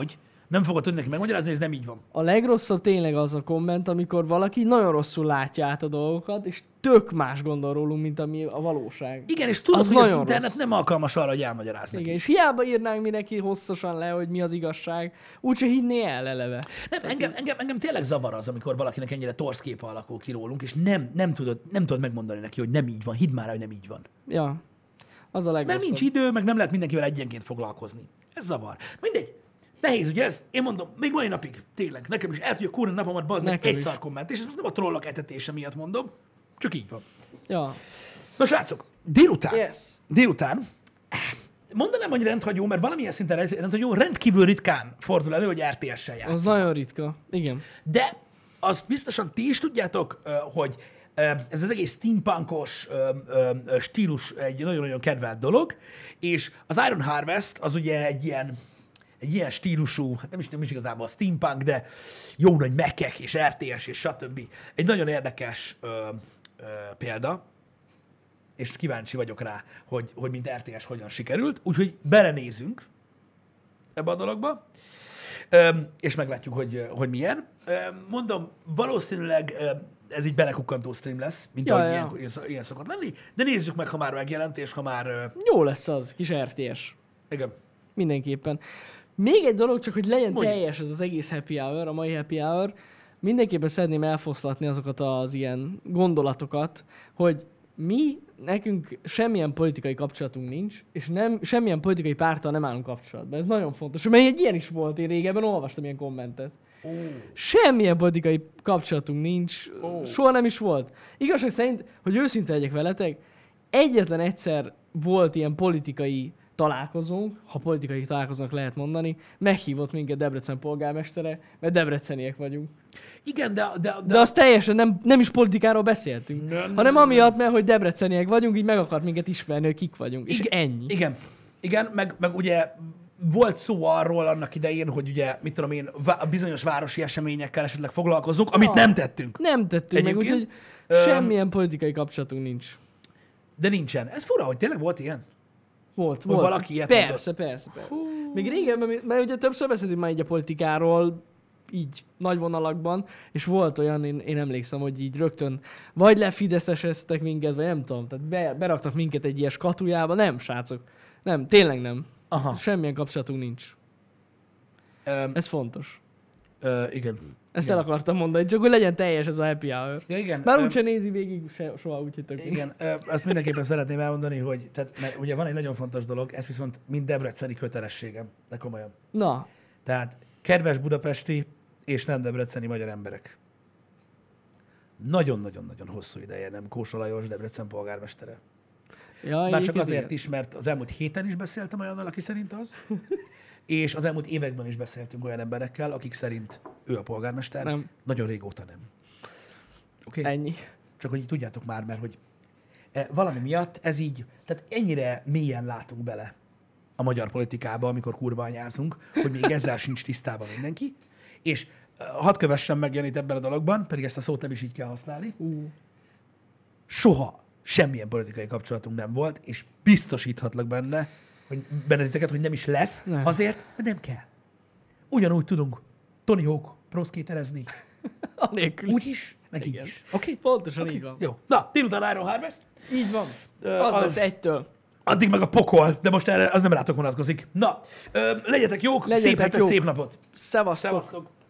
nem fogod tudni neki megmagyarázni, hogy ez nem így van. A legrosszabb tényleg az a komment, amikor valaki nagyon rosszul látja át a dolgokat, és tök más gondol rólunk, mint ami a valóság. Igen, és tudod, Az hogy az nagyon internet rossz. nem alkalmas arra, hogy elmagyaráz neki. Igen, és hiába írnánk mi neki hosszasan le, hogy mi az igazság, úgyse hinné el eleve. Nem, engem tényleg zavar az, amikor valakinek ennyire torz képe alakul ki rólunk, és nem tudod megmondani neki, hogy nem így van. Hidd már, hogy nem így van. Ja, az a Mert legrosszabb. nincs idő, meg nem lehet mindenkivel egyenként foglalkozni. Ez zavar. Mindegy. Nehéz, ugye ez? Én mondom, még mai napig, tényleg, nekem is el tudja kúrni napomat, bazd meg Nekem egy is. szar komment, és ez most nem a trollok etetése miatt mondom, csak így van. Ja. Na srácok, délután, mondanám, hogy rendhagyó, mert valamilyen szinten rendhagyó, rendkívül ritkán fordul elő, hogy RTS-sel Az játszunk. nagyon ritka. Igen. De azt biztosan ti is tudjátok, hogy ez az egész steampunkos stílus egy nagyon-nagyon kedvelt dolog, és az Iron Harvest az ugye egy ilyen stílusú, hát nem is igazából a steampunk, de jó nagy mekek és RTS és stb. Egy nagyon érdekes példa, és kíváncsi vagyok rá, hogy mint RTS hogyan sikerült, úgyhogy belenézünk ebbe a dologba, és meglátjuk, hogy milyen. Mondom, valószínűleg ez így belekukkantó stream lesz, mint Ja, ahogy ja. ilyen szokott lenni, de nézzük meg, ha már megjelent, és ha már... Jó lesz az, kis RTS. Igen. Mindenképpen. Még egy dolog, csak hogy legyen Mondj. teljes ez az egész happy hour, a mai happy hour, mindenképpen szeretném elfoszlatni azokat az ilyen gondolatokat, hogy nekünk semmilyen politikai kapcsolatunk nincs, és semmilyen politikai párttal nem állunk kapcsolatban. Ez nagyon fontos. Mert egy ilyen is volt, én régebben olvastam ilyen kommentet. Semmilyen politikai kapcsolatunk nincs, soha nem is volt. Igazság szerint, hogy őszinte legyek veletek, egyetlen egyszer volt ilyen politikai találkozónk, ha politikai találkozónak lehet mondani, meghívott minket Debrecen polgármestere, mert debreceniek vagyunk. Igen, De az teljesen nem is politikáról beszéltünk, hanem amiatt, mert hogy debreceniek vagyunk, így meg akart minket ismerni, hogy kik vagyunk, és ennyi. Igen, meg ugye volt szó arról annak idején, hogy ugye, mit tudom én, bizonyos városi eseményekkel esetleg foglalkozunk, amit nem tettünk. Nem tettünk meg, Egyébként, úgyhogy semmilyen politikai kapcsolatunk nincs. De nincsen. Ez fura, hogy tényleg volt ilyen? Volt. valaki ilyet Persze. Még régen, mert ugye többször beszéltünk már így a politikáról, így nagy vonalakban, és volt olyan, én emlékszem, hogy így rögtön vagy lefideszeseztek minket, vagy nem tudom, tehát beraktak minket egy ilyen skatujába. Nem, srácok. Nem, tényleg nem. Aha. Semmilyen kapcsolatunk nincs. Ez fontos. Igen. Ezt el akartam mondani, csak hogy legyen teljes ez a happy hour. Ja, igen. Bár úgyse nézi végig soha, úgyhogy tök. Igen, azt mindenképpen szeretném elmondani, hogy mert ugye van egy nagyon fontos dolog, ez viszont mind debreceni kötelességem, de komolyan. Na, Tehát kedves budapesti és nem debreceni magyar emberek. Nagyon-nagyon-nagyon hosszú ideje nem Kósa Lajos Debrecen polgármestere. ja, Már csak egyébként azért igen. is, mert az elmúlt héten is beszéltem olyannal, aki szerint az, és az elmúlt években is beszéltünk olyan emberekkel, akik szerint ő a polgármester. Nem. Nagyon régóta nem. Oké? Ennyi. Csak hogy így tudjátok már, mert hogy valami miatt ez így, tehát ennyire mélyen látunk bele a magyar politikába, amikor kurva anyázunk, hogy még ezzel sincs tisztában mindenki, és hadd kövessen meg Janit ebben a dologban, pedig ezt a szót nem is így kell használni. Soha semmilyen politikai kapcsolatunk nem volt, és biztosíthatlak bennetiteket, hogy nem is lesz, Nem. azért, mert nem kell. Ugyanúgy tudunk Tony Hawk proszkéterezni, Anélkül is. úgy is, meg így Igen. is. Oké? Pontosan így van. Jó. Na, délután Iron Harvest. Így van. Az az- lesz egytől. Addig meg a pokol, de most erre az nem rátok vonatkozik. Na, legyetek jók, Legyetek szép hetet, jók. szép napot. Szevasztok. Szevasztok.